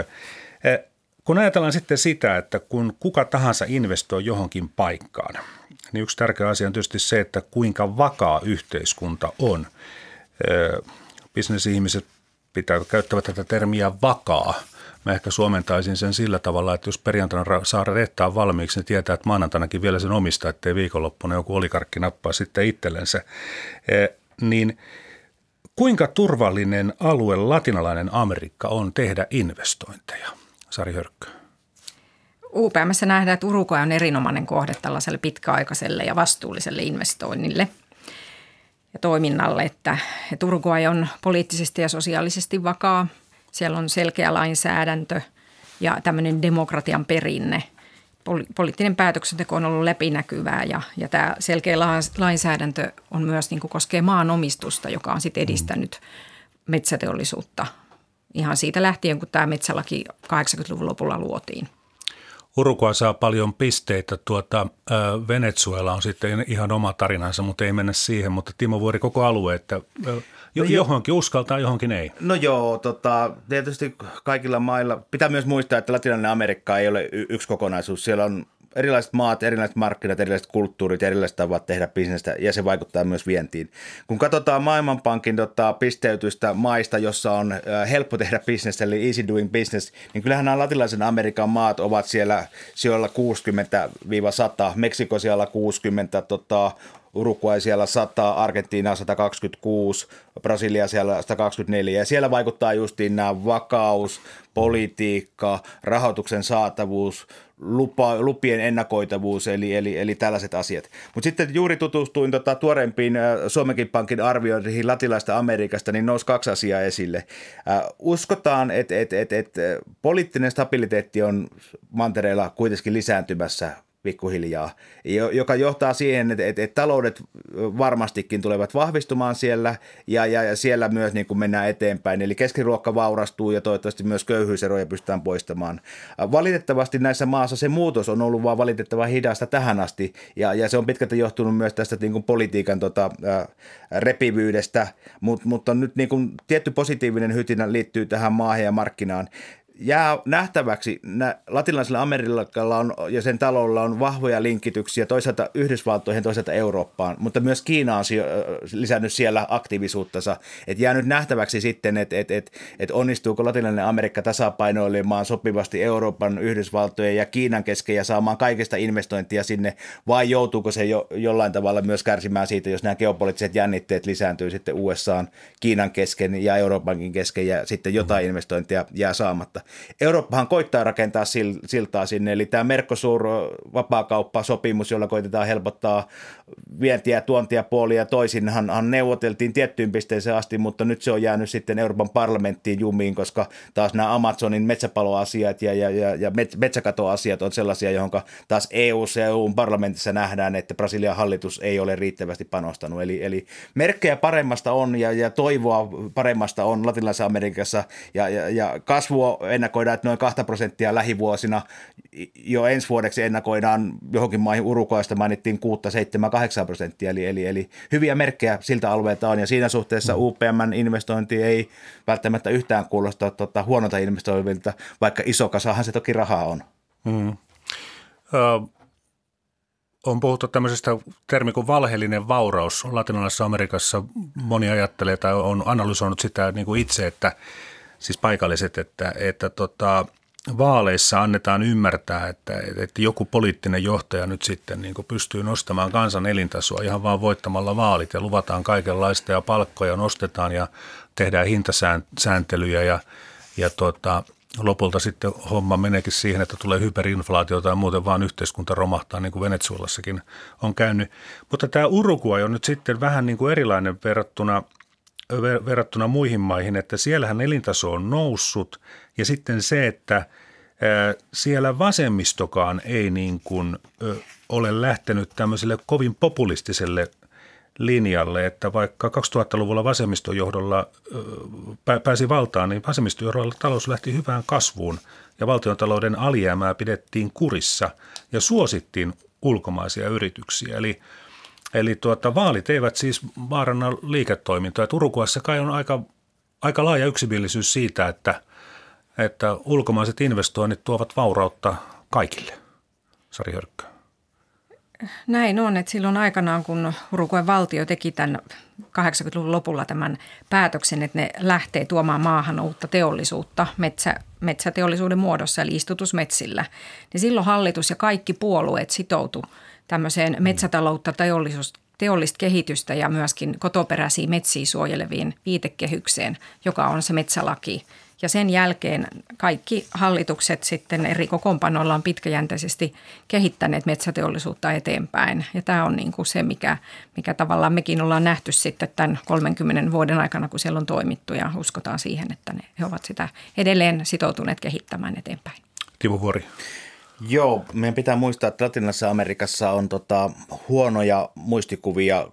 Kun ajatellaan sitten sitä, että kun kuka tahansa investoi johonkin paikkaan, niin yksi tärkeä asia on tietysti se, että kuinka vakaa yhteiskunta on. Bisnesihmiset käyttävät tätä termiä vakaa. Mä ehkä suomentaisin sen sillä tavalla, että jos perjantaina saa rettaa valmiiksi, niin tietää, että maanantainakin vielä sen omistaa, ettei viikonloppuna joku oligarkki nappaa sitten itsellensä. Niin kuinka turvallinen alue latinalainen Amerikka on tehdä investointeja? Sari Hörkkö. UPM:ssä nähdään, että Uruguay on erinomainen kohde tällaiselle pitkäaikaiselle ja vastuulliselle investoinnille ja toiminnalle, että Uruguay on poliittisesti ja sosiaalisesti vakaa. Siellä on selkeä lainsäädäntö ja tämmöinen demokratian perinne. Poliittinen päätöksenteko on ollut läpinäkyvää ja tämä selkeä lainsäädäntö on myös niin kuin koskee maanomistusta, joka on sitten edistänyt metsäteollisuutta ihan siitä lähtien, kun tämä metsälaki 80-luvun lopulla luotiin. Uruguay saa paljon pisteitä. Venezuela on sitten ihan oma tarinansa, mutta ei mennä siihen. Mutta Timo Vuori, koko alue, että johonkin uskaltaa, johonkin ei. No joo, tietysti kaikilla mailla. Pitää myös muistaa, että Latinalainen Amerikka ei ole yksi kokonaisuus. Siellä on erilaiset maat, erilaiset markkinat, erilaiset kulttuurit, erilaiset tavat tehdä bisnestä ja se vaikuttaa myös vientiin. Kun katsotaan Maailmanpankin pisteytystä maista, jossa on helppo tehdä bisnestä, eli easy doing business, niin kyllähän nämä latinalaisen Amerikan maat ovat siellä sijoilla 60-100, Meksiko siellä 60, Uruguay siellä 100, Argentiina 126, Brasilia siellä 124 ja siellä vaikuttaa justiin nämä vakaus, politiikka, rahoituksen saatavuus, lupien ennakoitavuus eli tällaiset asiat. Mutta sitten juuri tutustuin tuoreimpiin Suomenkin Pankin arvioihin latinalaisesta Amerikasta, niin nousi kaksi asiaa esille. Uskotaan, että poliittinen stabiliteetti on mantereella kuitenkin lisääntymässä pikkuhiljaa, joka johtaa siihen, että taloudet varmastikin tulevat vahvistumaan siellä ja siellä myös niin kuin mennään eteenpäin. Eli keskiluokka vaurastuu ja toivottavasti myös köyhyyseroja pystytään poistamaan. Valitettavasti näissä maassa se muutos on ollut vaan valitettavan hidasta tähän asti ja se on pitkälti johtunut myös tästä niin kuin politiikan repivyydestä, mutta nyt niin kuin tietty positiivinen hytinä liittyy tähän maahan ja markkinaan. Jää nähtäväksi, latinalaisella Amerikalla on, ja sen talolla on vahvoja linkityksiä toisaalta Yhdysvaltoihin, toisaalta Eurooppaan, mutta myös Kiina on lisännyt siellä aktiivisuuttansa. Et jää nyt nähtäväksi sitten, että onnistuuko latinalainen Amerikka tasapainoilemaan sopivasti Euroopan, Yhdysvaltojen ja Kiinan kesken ja saamaan kaikesta investointia sinne, vai joutuuko se jollain tavalla myös kärsimään siitä, jos nämä geopoliittiset jännitteet lisääntyy sitten USA:n, Kiinan kesken ja Euroopankin kesken ja sitten jotain investointia jää saamatta. Eurooppahan koittaa rakentaa siltaa sinne, eli tämä Mercosur-vapaakauppasopimus, jolla koitetaan helpottaa vientiä ja tuontia puolia toisinhan neuvoteltiin tiettyyn pisteeseen asti, mutta nyt se on jäänyt sitten Euroopan parlamenttiin jumiin, koska taas nämä Amazonin metsäpaloasiat ja metsäkatoasiat on sellaisia, johon taas EU:ssa ja EU:n parlamentissa nähdään, että Brasilian hallitus ei ole riittävästi panostanut. Eli merkkejä paremmasta on ja toivoa paremmasta on Latinalaisessa Amerikassa ja kasvua ennakoidaan, että noin 2% lähivuosina. Jo ensi vuodeksi ennakoidaan johonkin maihin Uruguaysta mainittiin 6-7-8%, eli hyviä merkkejä siltä alueelta on, ja siinä suhteessa UPM:n investointi ei välttämättä yhtään kuulosta huonolta investointilta, vaikka iso kasahan se toki rahaa on. On puhuttu tämmöisestä termi kuin valheellinen vauraus. Latinalaisessa Amerikassa moni ajattelee tai on analysoinut sitä niin kuin itse, että siis paikalliset, että vaaleissa annetaan ymmärtää, että joku poliittinen johtaja nyt sitten niin kuin pystyy nostamaan kansan elintasoa ihan vaan voittamalla vaalit ja luvataan kaikenlaista ja palkkoja nostetaan ja tehdään hintasääntelyjä ja lopulta sitten homma meneekin siihen, että tulee hyperinflaatiota ja muuten vaan yhteiskunta romahtaa, niin kuin Venezuelassakin on käynyt. Mutta tämä Uruguay on nyt sitten vähän niin kuin erilainen verrattuna muihin maihin, että siellähän elintaso on noussut ja sitten se, että siellä vasemmistokaan ei niin kuin ole lähtenyt tämmöiselle kovin populistiselle linjalle, että vaikka 2000-luvulla vasemmiston johdolla pääsi valtaan, niin vasemmiston johdolla talous lähti hyvään kasvuun ja valtiontalouden alijäämää pidettiin kurissa ja suosittiin ulkomaisia yrityksiä. Eli vaalit eivät siis vaaranna liiketoimintoa. Et Uruguayssa kai on aika laaja yksimielisyys siitä, että ulkomaiset investoinnit tuovat vaurautta kaikille. Sari Hörkkö. Näin on, että silloin aikanaan, kun Uruguayn valtio teki tämän 80-luvun lopulla tämän päätöksen, että ne lähtee tuomaan maahan uutta teollisuutta metsäteollisuuden muodossa eli istutusmetsillä, niin silloin hallitus ja kaikki puolueet sitoutu tämmöiseen metsätaloutta, teollista kehitystä ja myöskin kotoperäisiä metsiä suojeleviin viitekehykseen, joka on se metsälaki. Ja sen jälkeen kaikki hallitukset sitten eri kokoonpanoilla on pitkäjänteisesti kehittäneet metsäteollisuutta eteenpäin. Ja tämä on niin kuin se, mikä tavallaan mekin ollaan nähty sitten tämän 30 vuoden aikana, kun siellä on toimittu ja uskotaan siihen, että he ovat sitä edelleen sitoutuneet kehittämään eteenpäin. Timo Vuori. Joo, meidän pitää muistaa, että Latinalaisessa Amerikassa on huonoja muistikuvia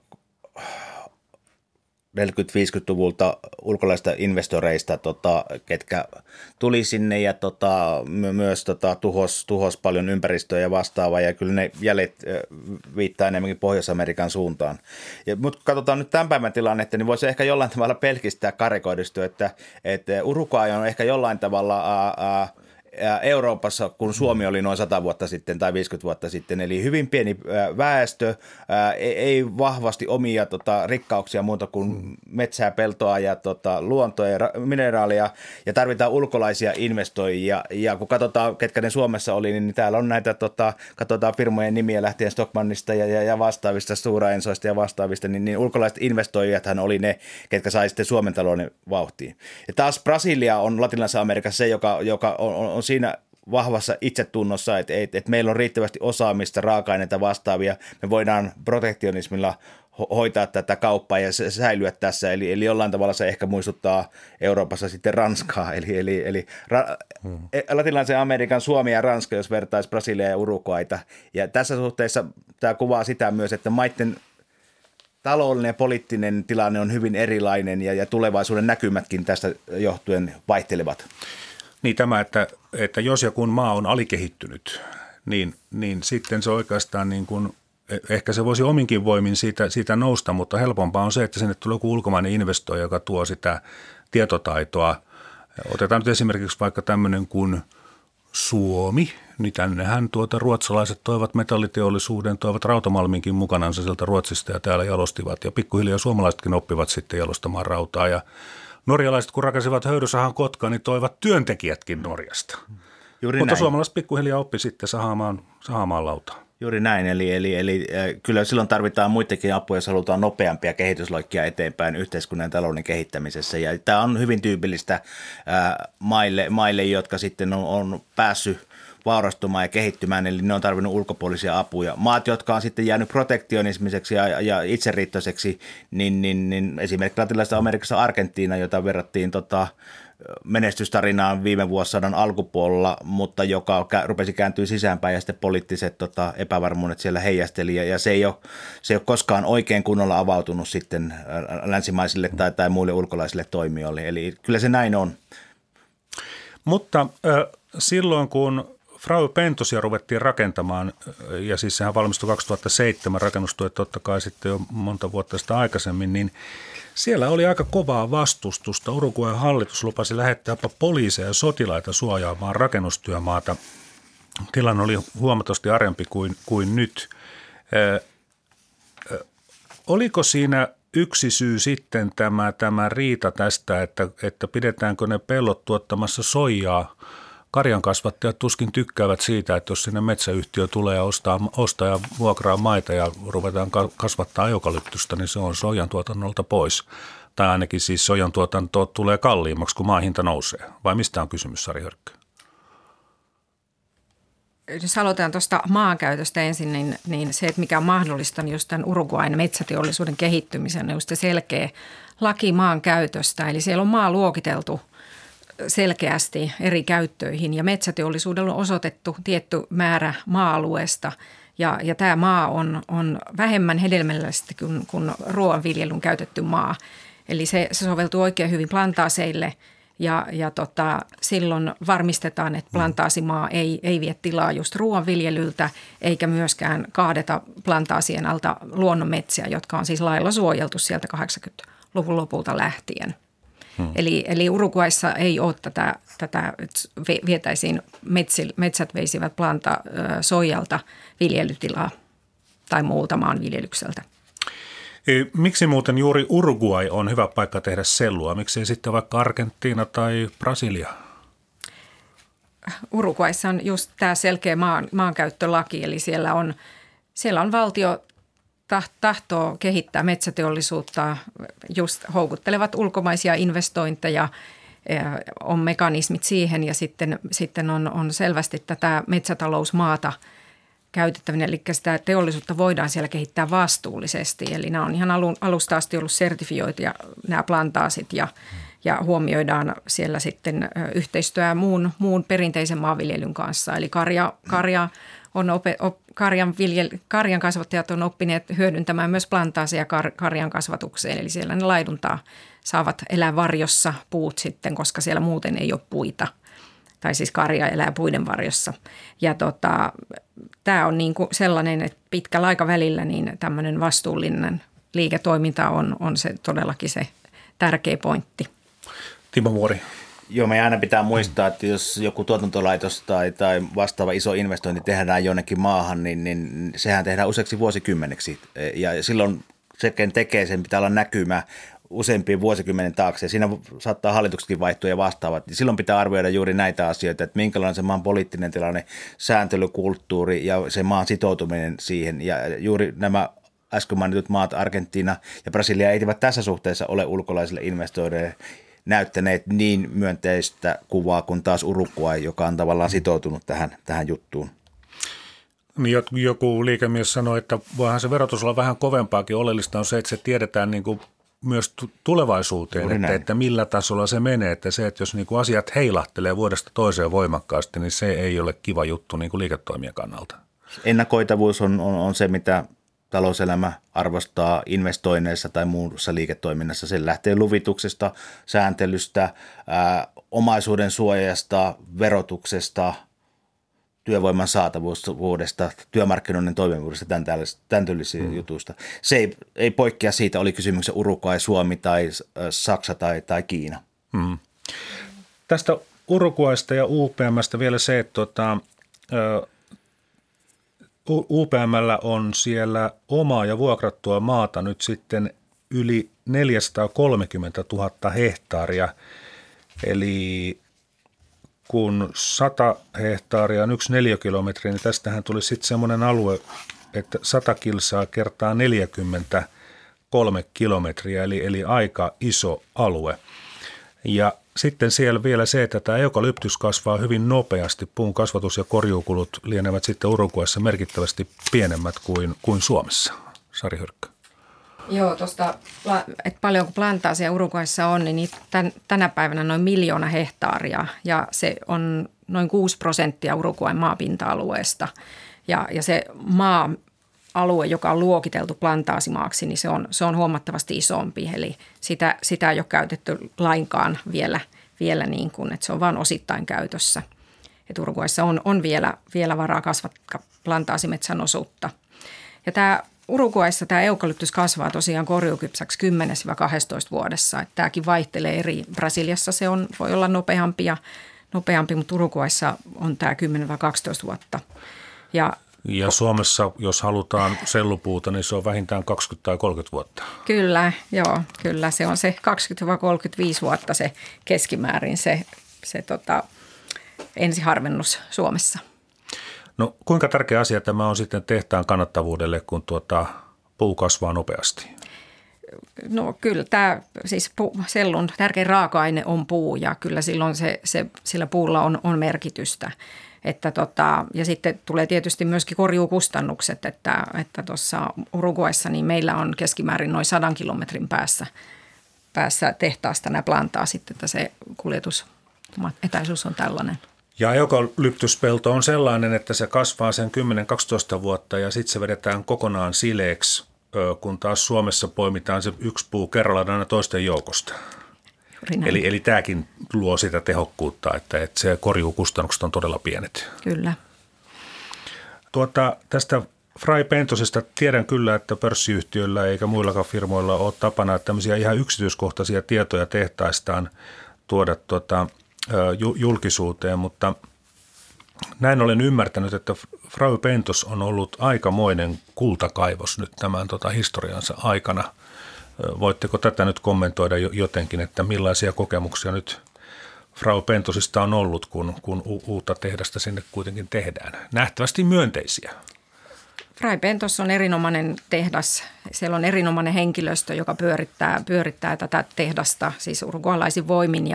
40-50-luvulta ulkolaisista investoreista, ketkä tuli sinne ja myös tuhos paljon ympäristöä ja vastaavaa, ja kyllä ne jäljet viittaa enemmänkin Pohjois-Amerikan suuntaan. Mutta kun katsotaan nyt tämän päivän tilannetta, niin voisi ehkä jollain tavalla pelkistää karikoidusti, että Uruguay on ehkä jollain tavalla Euroopassa, kun Suomi oli noin 100 vuotta sitten tai 50 vuotta sitten, eli hyvin pieni väestö, ei vahvasti omia rikkauksia muuta kuin metsää, peltoa ja luontoa ja mineraalia, ja tarvitaan ulkolaisia investoijia, ja kun katsotaan, ketkä ne Suomessa oli, niin täällä on näitä, katsotaan firmojen nimiä lähtien Stockmannista ja vastaavista, Stora Ensoista ja vastaavista, niin ulkolaiset investoijathan oli ne, ketkä sai sitten Suomen talouden vauhtiin. Ja taas Brasilia on Latinalaisessa Amerikassa se, joka on siinä vahvassa itsetunnossa, että meillä on riittävästi osaamista, raaka-aineita vastaavia. Me voidaan protektionismilla hoitaa tätä kauppaa ja säilyä tässä. Eli jollain tavalla se ehkä muistuttaa Euroopassa sitten Ranskaa. Eli Latinalaisen Amerikan Suomi ja Ranska, jos vertaisi Brasilia ja Uruguayta. Ja tässä suhteessa tämä kuvaa sitä myös, että maiden taloudellinen ja poliittinen tilanne on hyvin erilainen ja tulevaisuuden näkymätkin tästä johtuen vaihtelevat. Niin tämä, että jos ja kun maa on alikehittynyt, niin sitten se oikeastaan niin kuin, ehkä se voisi ominkin voimin siitä nousta, mutta helpompaa on se, että sinne tulee joku ulkomainen investoija, joka tuo sitä tietotaitoa. Otetaan nyt esimerkiksi vaikka tämmöinen kuin Suomi, niin tännehän ruotsalaiset toivat metalliteollisuuden, toivat rautamalminkin mukanansa sieltä Ruotsista ja täällä jalostivat, ja pikkuhiljaa suomalaisetkin oppivat sitten jalostamaan rautaa, ja norjalaiset, kun rakensivat höyrysahan Kotkaan, niin toivat työntekijätkin Norjasta. Mutta suomalaiset pikkuhiljaa oppi sitten sahaamaan lautaa. Juuri näin, eli kyllä silloin tarvitaan muitakin apuja, jos halutaan nopeampia kehitysloikkia eteenpäin yhteiskunnan ja talouden kehittämisessä. Ja tämä on hyvin tyypillistä maille, jotka sitten on päässyt vaurastumaan ja kehittymään, eli ne on tarvinnut ulkopuolisia apuja. Maat, jotka on sitten jäänyt protektionismiseksi ja itseriittoiseksi, niin esimerkiksi Latinalaisessa Amerikassa Argentiina, jota verrattiin menestystarinaan viime vuosisadan alkupuolella, mutta joka rupesi kääntyä sisäänpäin ja sitten poliittiset epävarmuudet siellä heijasteli ja se ei ole koskaan oikein kunnolla avautunut sitten länsimaisille tai muille ulkolaisille toimijoille. Eli kyllä se näin on. Mutta silloin kun Frau Pentosia ruvettiin rakentamaan, ja siis sehän valmistui 2007, rakennustuet totta kai sitten jo monta vuotta sitä aikaisemmin, niin siellä oli aika kovaa vastustusta. Uruguayn hallitus lupasi lähettää jopa poliiseja ja sotilaita suojaamaan rakennustyömaata. Tilanne oli huomattavasti arempi kuin nyt. Oliko siinä yksi syy sitten tämä riita tästä, että pidetäänkö ne pellot tuottamassa soijaa? Karjankasvattajat tuskin tykkäävät siitä, että jos sinne metsäyhtiö tulee ja ostaa ja vuokraa maita ja ruvetaan kasvattaa eukalyptusta, niin se on soijan tuotannolta pois. Tai ainakin siis soijan tuotanto tulee kalliimmaksi, kun maan hinta nousee. Vai mistä on kysymys, Sari Hörkkö? Jos aloitetaan tuosta maankäytöstä ensin, niin se, että mikä on mahdollista, niin just tämän Uruguayn metsäteollisuuden kehittymisen, on just se selkeä laki maankäytöstä. Eli siellä on maa luokiteltu selkeästi eri käyttöihin ja metsäteollisuudella on osoitettu tietty määrä maa-alueesta ja tämä maa on vähemmän hedelmällistä kuin ruoanviljelyn käytetty maa. Eli se soveltuu oikein hyvin plantaaseille ja silloin varmistetaan, että plantaasimaa ei vie tilaa just ruoanviljelyltä eikä myöskään kaadeta plantaasien alta luonnonmetsiä, jotka on siis lailla suojeltu sieltä 80-luvun lopulta lähtien. Eli Uruguayssa ei ole tätä että vietäisiin metsät veisivät soijalta viljelytilaa tai muulta maanviljelykseltä. Miksi muuten juuri Uruguay on hyvä paikka tehdä sellua? Miksi ei sitten vaikka Argentiina tai Brasilia? Uruguayssa on just tämä selkeä maankäyttölaki, eli siellä on valtio tahtoo kehittää metsäteollisuutta, just houkuttelevat ulkomaisia investointeja, on mekanismit siihen ja sitten on selvästi tätä metsätalousmaata käytettävänä, eli sitä teollisuutta voidaan siellä kehittää vastuullisesti. Eli nämä on ihan alusta asti ollut sertifioituja nämä plantaasit ja huomioidaan siellä sitten yhteistyö muun perinteisen maanviljelyn kanssa. Eli karjan kasvattajat on oppineet hyödyntämään myös plantaaseja karjan kasvatukseen, eli siellä ne laiduntaa saavat elää varjossa puut sitten, koska siellä muuten ei ole puita. Tai siis karja elää puiden varjossa. Ja tämä on niin kuin sellainen, että pitkällä aikavälillä niin tämmöinen vastuullinen liiketoiminta on se todellakin se tärkeä pointti. Timo Vuori. Joo, me aina pitää muistaa, että jos joku tuotantolaitos tai vastaava iso investointi tehdään jonnekin maahan, niin sehän tehdään useiksi vuosikymmeneksi. Ja silloin se, ken tekee sen, pitää olla näkymä useampien vuosikymmenen taakse. Siinä saattaa hallituksetkin vaihtua ja vastaavat. Silloin pitää arvioida juuri näitä asioita, että minkälainen se maan poliittinen tilanne, sääntelykulttuuri ja se maan sitoutuminen siihen. Ja juuri nämä äsken mainitut maat, Argentiina ja Brasilia, eivät tässä suhteessa ole ulkolaisille investoineille näyttäneet niin myönteistä kuvaa kuin taas Uruguay, joka on tavallaan sitoutunut tähän juttuun. Niin joku liikemies sanoi, että voihan se verotus olla vähän kovempaakin. Oleellista on se, että se tiedetään niin kuin myös tulevaisuuteen, että millä tasolla se menee. Että se, että jos niin kuin asiat heilahtelee vuodesta toiseen voimakkaasti, niin se ei ole kiva juttu niin kuin liiketoimien kannalta. Ennakoitavuus on se, mitä talouselämä arvostaa investoinneissa tai muussa liiketoiminnassa. Se lähtee luvituksesta, sääntelystä, omaisuuden suojasta, verotuksesta, työvoiman saatavuudesta, työmarkkinoiden toimivuudesta, tämän tyylisiä jutuista. Se ei poikkea siitä, oli kysymyksessä Uruguay, Suomi tai Saksa tai Kiina. Tästä Uruguaysta ja UPM:stä vielä se, että UPM:llä on siellä omaa ja vuokrattua maata nyt sitten yli 430 000 hehtaaria, eli kun 100 hehtaaria on 1 neliökilometri, niin tästähän tuli sitten semmoinen alue, että 100 kilsaa kertaa 43 kilometriä, eli aika iso alue. Ja sitten siellä vielä se, että tämä eukalyptus kasvaa hyvin nopeasti. Puun kasvatus- ja korjuukulut lienevät sitten Uruguayssa merkittävästi pienemmät kuin Suomessa. Sari Hyrkkö. Joo, tuosta, että paljonko plantaaseja Uruguayssa on, niin tänä päivänä noin 1 000 000 hehtaaria ja se on noin 6% Uruguayn maapinta-alueesta. Ja se maa-alue, joka on luokiteltu plantaasimaaksi, niin se on huomattavasti isompi. Eli sitä ei ole käytetty lainkaan vielä niin kuin, että se on vain osittain käytössä. Et Uruguayssa on vielä varaa kasvattaa plantaasimetsän osuutta. Ja Uruguayssa tämä eukalyptus kasvaa tosiaan korjuukypsäksi 10-12 vuodessa. Että tämäkin vaihtelee Brasiliassa se voi olla nopeampi, mutta Uruguayssa on tämä 10-12 vuotta. Ja Suomessa, jos halutaan sellupuuta, niin se on vähintään 20 tai 30 vuotta. Kyllä se on se 20-35 vuotta se keskimäärin se ensiharvennus Suomessa. No kuinka tärkeä asia tämä on sitten tehtaan kannattavuudelle, kun puu kasvaa nopeasti? No kyllä tämä siis sellun tärkein raaka-aine on puu ja kyllä silloin sillä puulla on merkitystä. Ja sitten tulee tietysti myöskin korjuukustannukset, että tuossa Uruguayssa niin meillä on keskimäärin noin 100 kilometrin päässä tehtaasta nämä plantaa sitten, että se kuljetusetäisyys on tällainen. Ja eukalyptuspelto on sellainen, että se kasvaa sen 10-12 vuotta ja sitten se vedetään kokonaan sileeksi, kun taas Suomessa poimitaan se yksi puu kerrallaan aina toisten joukosta. Eli tämäkin luo sitä tehokkuutta, että se korjuukustannukset on todella pienet. Kyllä. Tästä Fray Pentosesta tiedän kyllä, että pörssiyhtiöillä eikä muillakaan firmoilla ole tapana tämmöisiä ihan yksityiskohtaisia tietoja tehtaistaan tuoda julkisuuteen, mutta näin olen ymmärtänyt, että Fray Pentos on ollut aikamoinen kultakaivos nyt tämän historiansa aikana. Voitteko tätä nyt kommentoida jotenkin, että millaisia kokemuksia nyt Fray Pentosista on ollut, kun uutta tehdasta sinne kuitenkin tehdään? Nähtävästi myönteisiä. Fray Pentos on erinomainen tehdas. Siellä on erinomainen henkilöstö, joka pyörittää tätä tehdasta, siis uruguaylaisin voimin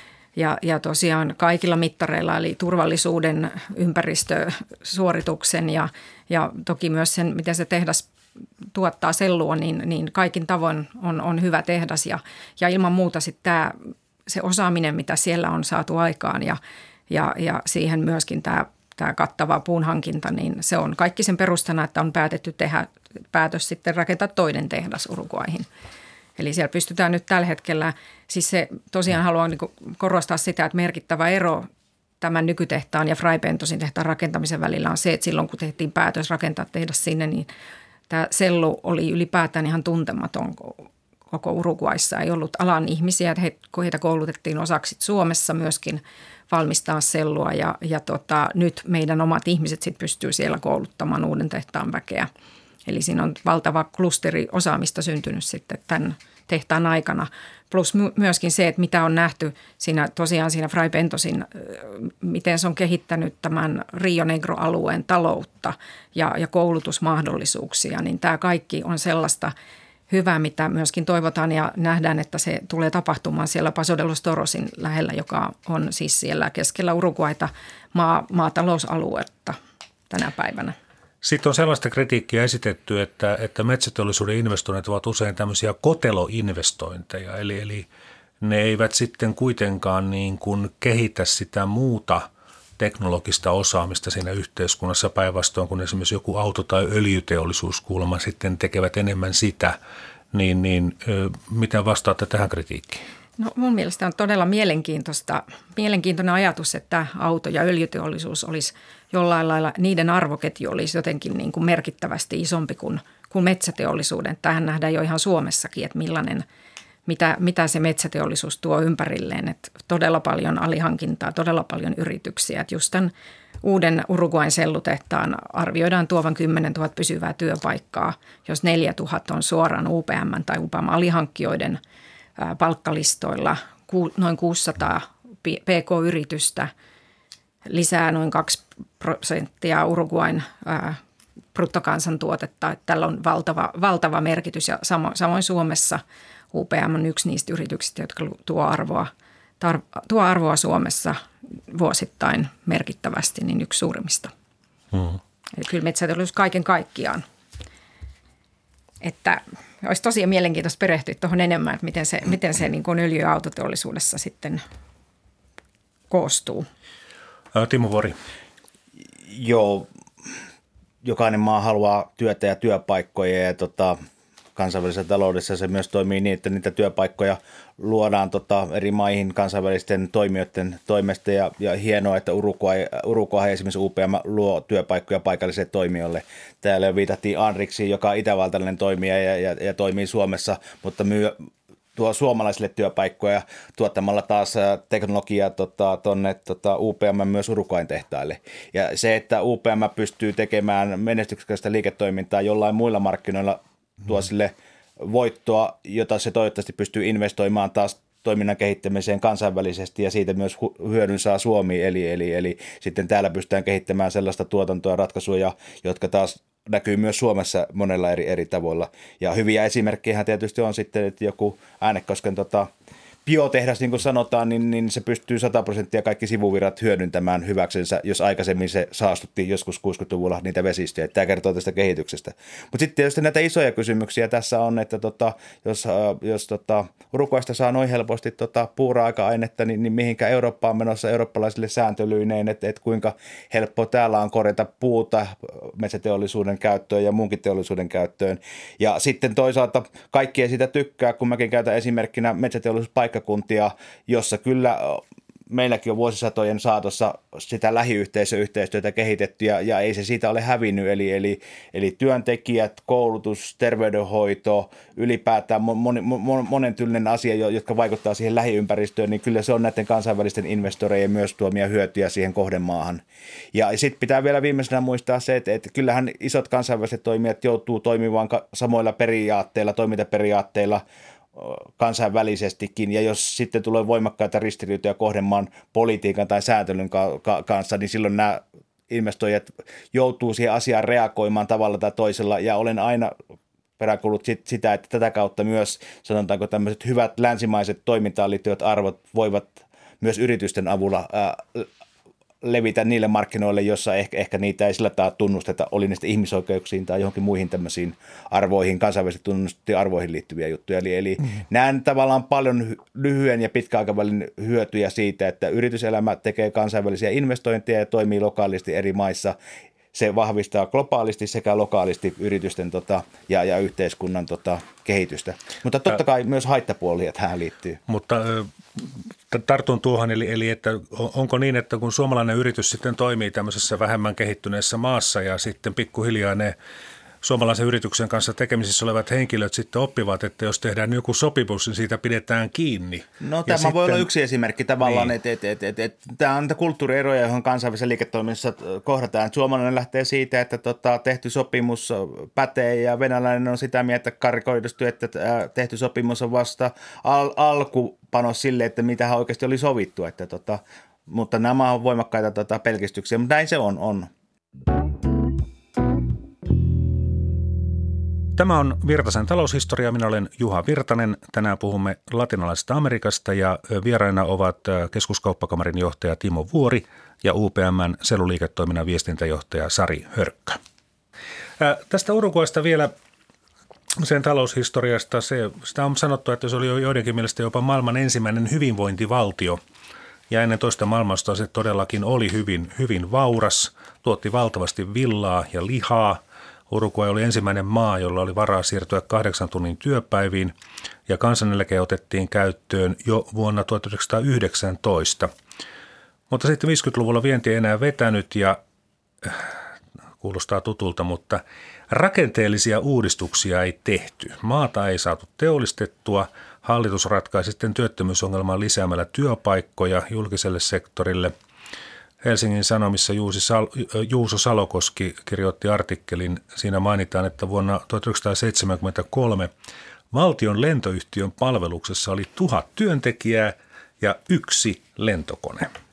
ja tosiaan kaikilla mittareilla, eli turvallisuuden, ympäristösuorituksen ja toki myös sen, miten se tehdas tuottaa sellua, niin kaikin tavoin on hyvä tehdas ja ilman muuta sitten se osaaminen, mitä siellä on saatu aikaan ja siihen myöskin tämä kattava puunhankinta, niin se on kaikki sen perustana, että on päätetty tehdä päätös sitten rakentaa toinen tehdas Uruguayhin. Eli siellä pystytään nyt tällä hetkellä, siis se tosiaan haluan korostaa sitä, että merkittävä ero tämän nykytehtaan ja Fray Pentosin tehtaan rakentamisen välillä on se, että silloin kun tehtiin päätös rakentaa tehdas sinne, niin tämä sellu oli ylipäätään ihan tuntematon koko Uruguayssa. Ei ollut alan ihmisiä, että heitä koulutettiin osaksi Suomessa myöskin valmistaa sellua ja nyt meidän omat ihmiset sit pystyy siellä kouluttamaan uuden tehtaan väkeä. Eli siinä on valtava klusteri osaamista syntynyt sitten tämän tehtaan aikana. Plus myöskin se, että mitä on nähty siinä Fray Pentosin, miten se on kehittänyt tämän Rio Negro-alueen taloutta ja koulutusmahdollisuuksia, niin tämä kaikki on sellaista hyvää, mitä myöskin toivotaan ja nähdään, että se tulee tapahtumaan siellä Paso de los Torosin lähellä, joka on siis siellä keskellä Uruguayta maatalousaluetta tänä päivänä. Sitten on sellaista kritiikkiä esitetty, että metsäteollisuuden investoinnit ovat usein tämmöisiä koteloinvestointeja, eli ne eivät sitten kuitenkaan niin kuin kehitä sitä muuta teknologista osaamista siinä yhteiskunnassa päinvastoin, kun esimerkiksi joku auto- tai öljyteollisuus kuulemma sitten tekevät enemmän sitä, niin miten vastaatte tähän kritiikkiin? No mun mielestä on todella mielenkiintoinen ajatus, että auto- ja öljyteollisuus olisi jollain lailla, niiden arvoketju olisi jotenkin niin kuin merkittävästi isompi kuin metsäteollisuuden. Tähän nähdään jo ihan Suomessakin, että mitä se metsäteollisuus tuo ympärilleen. Että todella paljon alihankintaa, todella paljon yrityksiä. Että just tämän uuden Uruguayn sellutehtaan arvioidaan tuovan 10 000 pysyvää työpaikkaa, jos 4 000 on suoraan UPM tai UPM alihankkijoiden palkkalistoilla, noin 600 PK-yritystä lisää noin 2% Uruguayn bruttokansantuotetta. Että tällä on valtava merkitys ja samoin Suomessa UPM on yksi niistä yrityksistä, jotka tuo arvoa Suomessa vuosittain merkittävästi, niin yksi suurimmista. Eli kyllä metsäteollisuus kaiken kaikkiaan. Että olisi tosiaan mielenkiintoista perehtyä tuohon enemmän, että miten se niin kuin öljy- ja autoteollisuudessa sitten koostuu. Timo Vuori. Joo, jokainen maa haluaa työtä ja työpaikkoja ja kansainvälisessä taloudessa se myös toimii niin, että niitä työpaikkoja luodaan eri maihin kansainvälisten toimijoiden toimesta ja hienoa, että Uruguay esimerkiksi UPM luo työpaikkoja paikallisille toimijoille. Täällä jo viitattiin Anriksiin, joka on itävaltalainen toimija ja toimii Suomessa, mutta tuo suomalaisille työpaikkoja tuottamalla taas teknologiaa tuonne UPM myös Uruguayn tehtaille. Ja se, että UPM pystyy tekemään menestyksekästä liiketoimintaa jollain muilla markkinoilla tuo sille voittoa, jota se toivottavasti pystyy investoimaan taas toiminnan kehittämiseen kansainvälisesti ja siitä myös hyödyn saa Suomi. Eli sitten täällä pystytään kehittämään sellaista tuotantoa ja ratkaisuja, jotka taas näkyy myös Suomessa monella eri tavoilla. Ja hyviä esimerkkejä tietysti on sitten, että joku Äänekosken biotehdas, niin kuin sanotaan, niin se pystyy 100% kaikki sivuvirrat hyödyntämään hyväksensä, jos aikaisemmin se saastutti joskus 60-luvulla niitä vesistöjä. Tämä kertoo tästä kehityksestä. Mutta sitten tietysti näitä isoja kysymyksiä tässä on, että jos Uruguaysta saa noin helposti puuraaka-ainetta, niin mihinkä Eurooppa on menossa eurooppalaisille sääntelyineen, että kuinka helppo täällä on korjata puuta metsäteollisuuden käyttöön ja muunkin teollisuuden käyttöön. Ja sitten toisaalta kaikki ei sitä tykkää, kun mäkin käytän esimerkkinä metsäteollisuuspaikkakuntia, jossa kyllä meilläkin on vuosisatojen saatossa sitä lähiyhteisöyhteistyötä kehitetty ja ei se siitä ole hävinnyt. Eli työntekijät, koulutus, terveydenhoito, ylipäätään monen tyylinen asia, jotka vaikuttaa siihen lähiympäristöön, niin kyllä se on näiden kansainvälisten investoreiden myös tuomia hyötyjä siihen kohdemaahan. Ja sitten pitää vielä viimeisenä muistaa se, että kyllähän isot kansainväliset toimijat joutuu toimimaan samoilla periaatteilla, toimintaperiaatteilla, kansainvälisestikin, ja jos sitten tulee voimakkaita ristiriitoja kohdemaan politiikan tai sääntelyn kanssa, niin silloin nämä investoijat joutuu siihen asiaan reagoimaan tavalla tai toisella, ja olen aina peräänkuullut sitä, että tätä kautta myös, sanotaanko tämmöiset hyvät länsimaiset toimintaan liittyvät arvot voivat myös yritysten avulla levitä niille markkinoille, jossa ehkä niitä ei sillä tavalla tunnusteta, oli niistä ihmisoikeuksiin tai johonkin muihin tämmöisiin arvoihin, kansainvälisesti tunnustettuihin arvoihin liittyviä juttuja. Eli näen tavallaan paljon lyhyen ja pitkäaikavälin hyötyjä siitä, että yrityselämä tekee kansainvälisiä investointeja ja toimii lokaalisti eri maissa. Se vahvistaa globaalisti sekä lokaalisti yritysten ja yhteiskunnan kehitystä. Mutta totta kai myös haittapuolia tähän liittyy. Mutta tartun tuohon, eli että onko niin, että kun suomalainen yritys sitten toimii tämmöisessä vähemmän kehittyneessä maassa ja sitten pikkuhiljaa ne suomalaisen yrityksen kanssa tekemisissä olevat henkilöt sitten oppivat, että jos tehdään joku sopimus, niin siitä pidetään kiinni. No tämä sitten voi olla yksi esimerkki tavallaan, niin. että tämä on kulttuurieroja, johon kansainvälisessä liiketoiminnassa kohdataan. Suomalainen lähtee siitä, että tehty sopimus pätee ja venäläinen on sitä mieltä karikoidusti, että tehty sopimus on vasta alkupanos sille, että mitä oikeasti oli sovittu. Mutta nämä on voimakkaita pelkistyksiä, mutta näin se on. Tämä on Virtasen taloushistoria. Minä olen Juha Virtanen. Tänään puhumme latinalaisesta Amerikasta ja vieraina ovat Keskuskauppakamarin johtaja Timo Vuori ja UPM:n selluliiketoiminnan viestintäjohtaja Sari Hörkkö. Tästä Uruguaysta vielä sen taloushistoriasta. Sitä on sanottu, että se oli joidenkin mielestä jopa maailman ensimmäinen hyvinvointivaltio. Ja ennen toista maailmasta se todellakin oli hyvin vauras, tuotti valtavasti villaa ja lihaa. Uruguay oli ensimmäinen maa, jolla oli varaa siirtyä 8 tunnin työpäiviin ja kansaneläke otettiin käyttöön jo vuonna 1919. Mutta sitten 50-luvulla vienti ei enää vetänyt ja kuulostaa tutulta, mutta rakenteellisia uudistuksia ei tehty. Maata ei saatu teollistettua. Hallitus ratkaisi sitten työttömyysongelman lisäämällä työpaikkoja julkiselle sektorille. Helsingin Sanomissa Juuso Salokoski kirjoitti artikkelin. Siinä mainitaan, että vuonna 1973 valtion lentoyhtiön palveluksessa oli 1000 työntekijää ja 1 lentokone.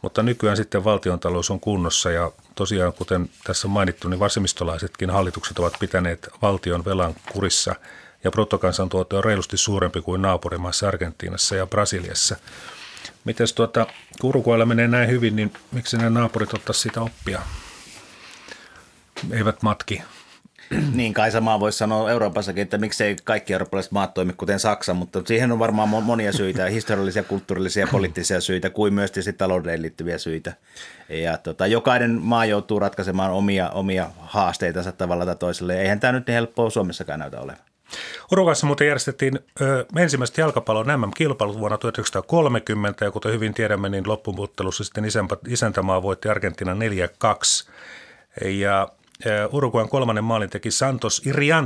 Mutta nykyään sitten valtiontalous on kunnossa ja tosiaan, kuten tässä on mainittu, niin vasemmistolaisetkin hallitukset ovat pitäneet valtion velan kurissa ja bruttokansantuote on reilusti suurempi kuin naapurimaissa Argentiinassa ja Brasiliassa. Mites kun Uruguaylla menee näin hyvin, niin miksi nämä naapurit ottaisivat sitä oppia? Eivät matki. Niin kai samaa voisi sanoa Euroopassakin, että miksei kaikki eurooppalaiset maat toimi kuten Saksa, mutta siihen on varmaan monia syitä, historiallisia, kulttuurillisia ja poliittisia syitä, kuin myös tietysti talouteen liittyviä syitä. Ja jokainen maa joutuu ratkaisemaan omia haasteitansa tavalla tai toiselle, ja eihän tämä nyt niin helppoa Suomessakaan näytä olevan. Uruguayssa muuten järjestettiin ensimmäiset jalkapallon MM-kilpailut vuonna 1930, ja kuten hyvin tiedämme, niin loppupuuttelussa sitten isäntämaa voitti Argentiina 4-2, ja Uruguayn kolmannen maalin teki Santos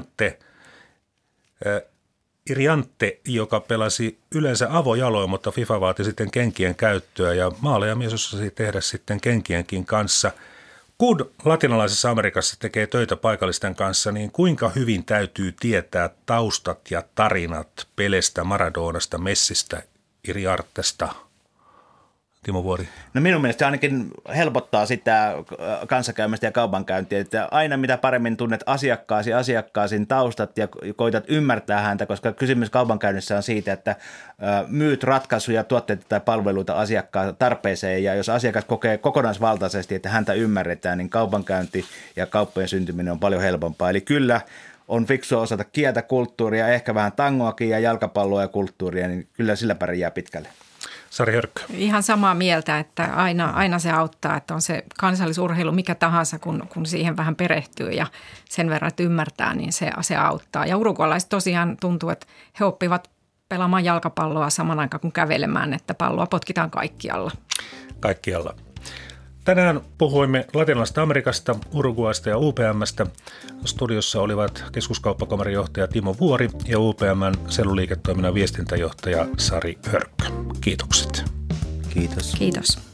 Iriante, joka pelasi yleensä avojaloin, mutta FIFA vaati sitten kenkien käyttöä ja maaleja mies osasi tehdä sitten kenkienkin kanssa. Kun latinalaisessa Amerikassa tekee töitä paikallisten kanssa, niin kuinka hyvin täytyy tietää taustat ja tarinat Pelestä, Maradonasta, Messistä, Iriartesta? Timo Vuori. No minun mielestä ainakin helpottaa sitä kanssakäymistä ja kaupankäyntiä, että aina mitä paremmin tunnet asiakkaasi taustat ja koitat ymmärtää häntä, koska kysymys kaupankäynnissä on siitä, että myyt ratkaisuja, tuotteita tai palveluita asiakkaan tarpeeseen, ja jos asiakas kokee kokonaisvaltaisesti, että häntä ymmärretään, niin kaupankäynti ja kauppojen syntyminen on paljon helpompaa. Eli kyllä on fiksua osata kieltä, kulttuuria, ehkä vähän tangoakin ja jalkapalloa ja kulttuuria, niin kyllä sillä pärjää pitkälle. Sari Hörkkö. Ihan samaa mieltä, että aina se auttaa, että on se kansallisurheilu mikä tahansa, kun siihen vähän perehtyy ja sen verran, että ymmärtää, niin se auttaa. Ja uruguaylaiset tosiaan tuntuu, että he oppivat pelaamaan jalkapalloa saman aikaan kuin kävelemään, että palloa potkitaan kaikkialla. Kaikkialla. Tänään puhuimme Latinalaisesta Amerikasta, Uruguaysta ja UPM:stä. Studiossa olivat keskuskauppakamarin johtaja Timo Vuori ja UPM:n selluliiketoiminnan viestintäjohtaja Sari Hörkkö. Kiitokset. Kiitos. Kiitos.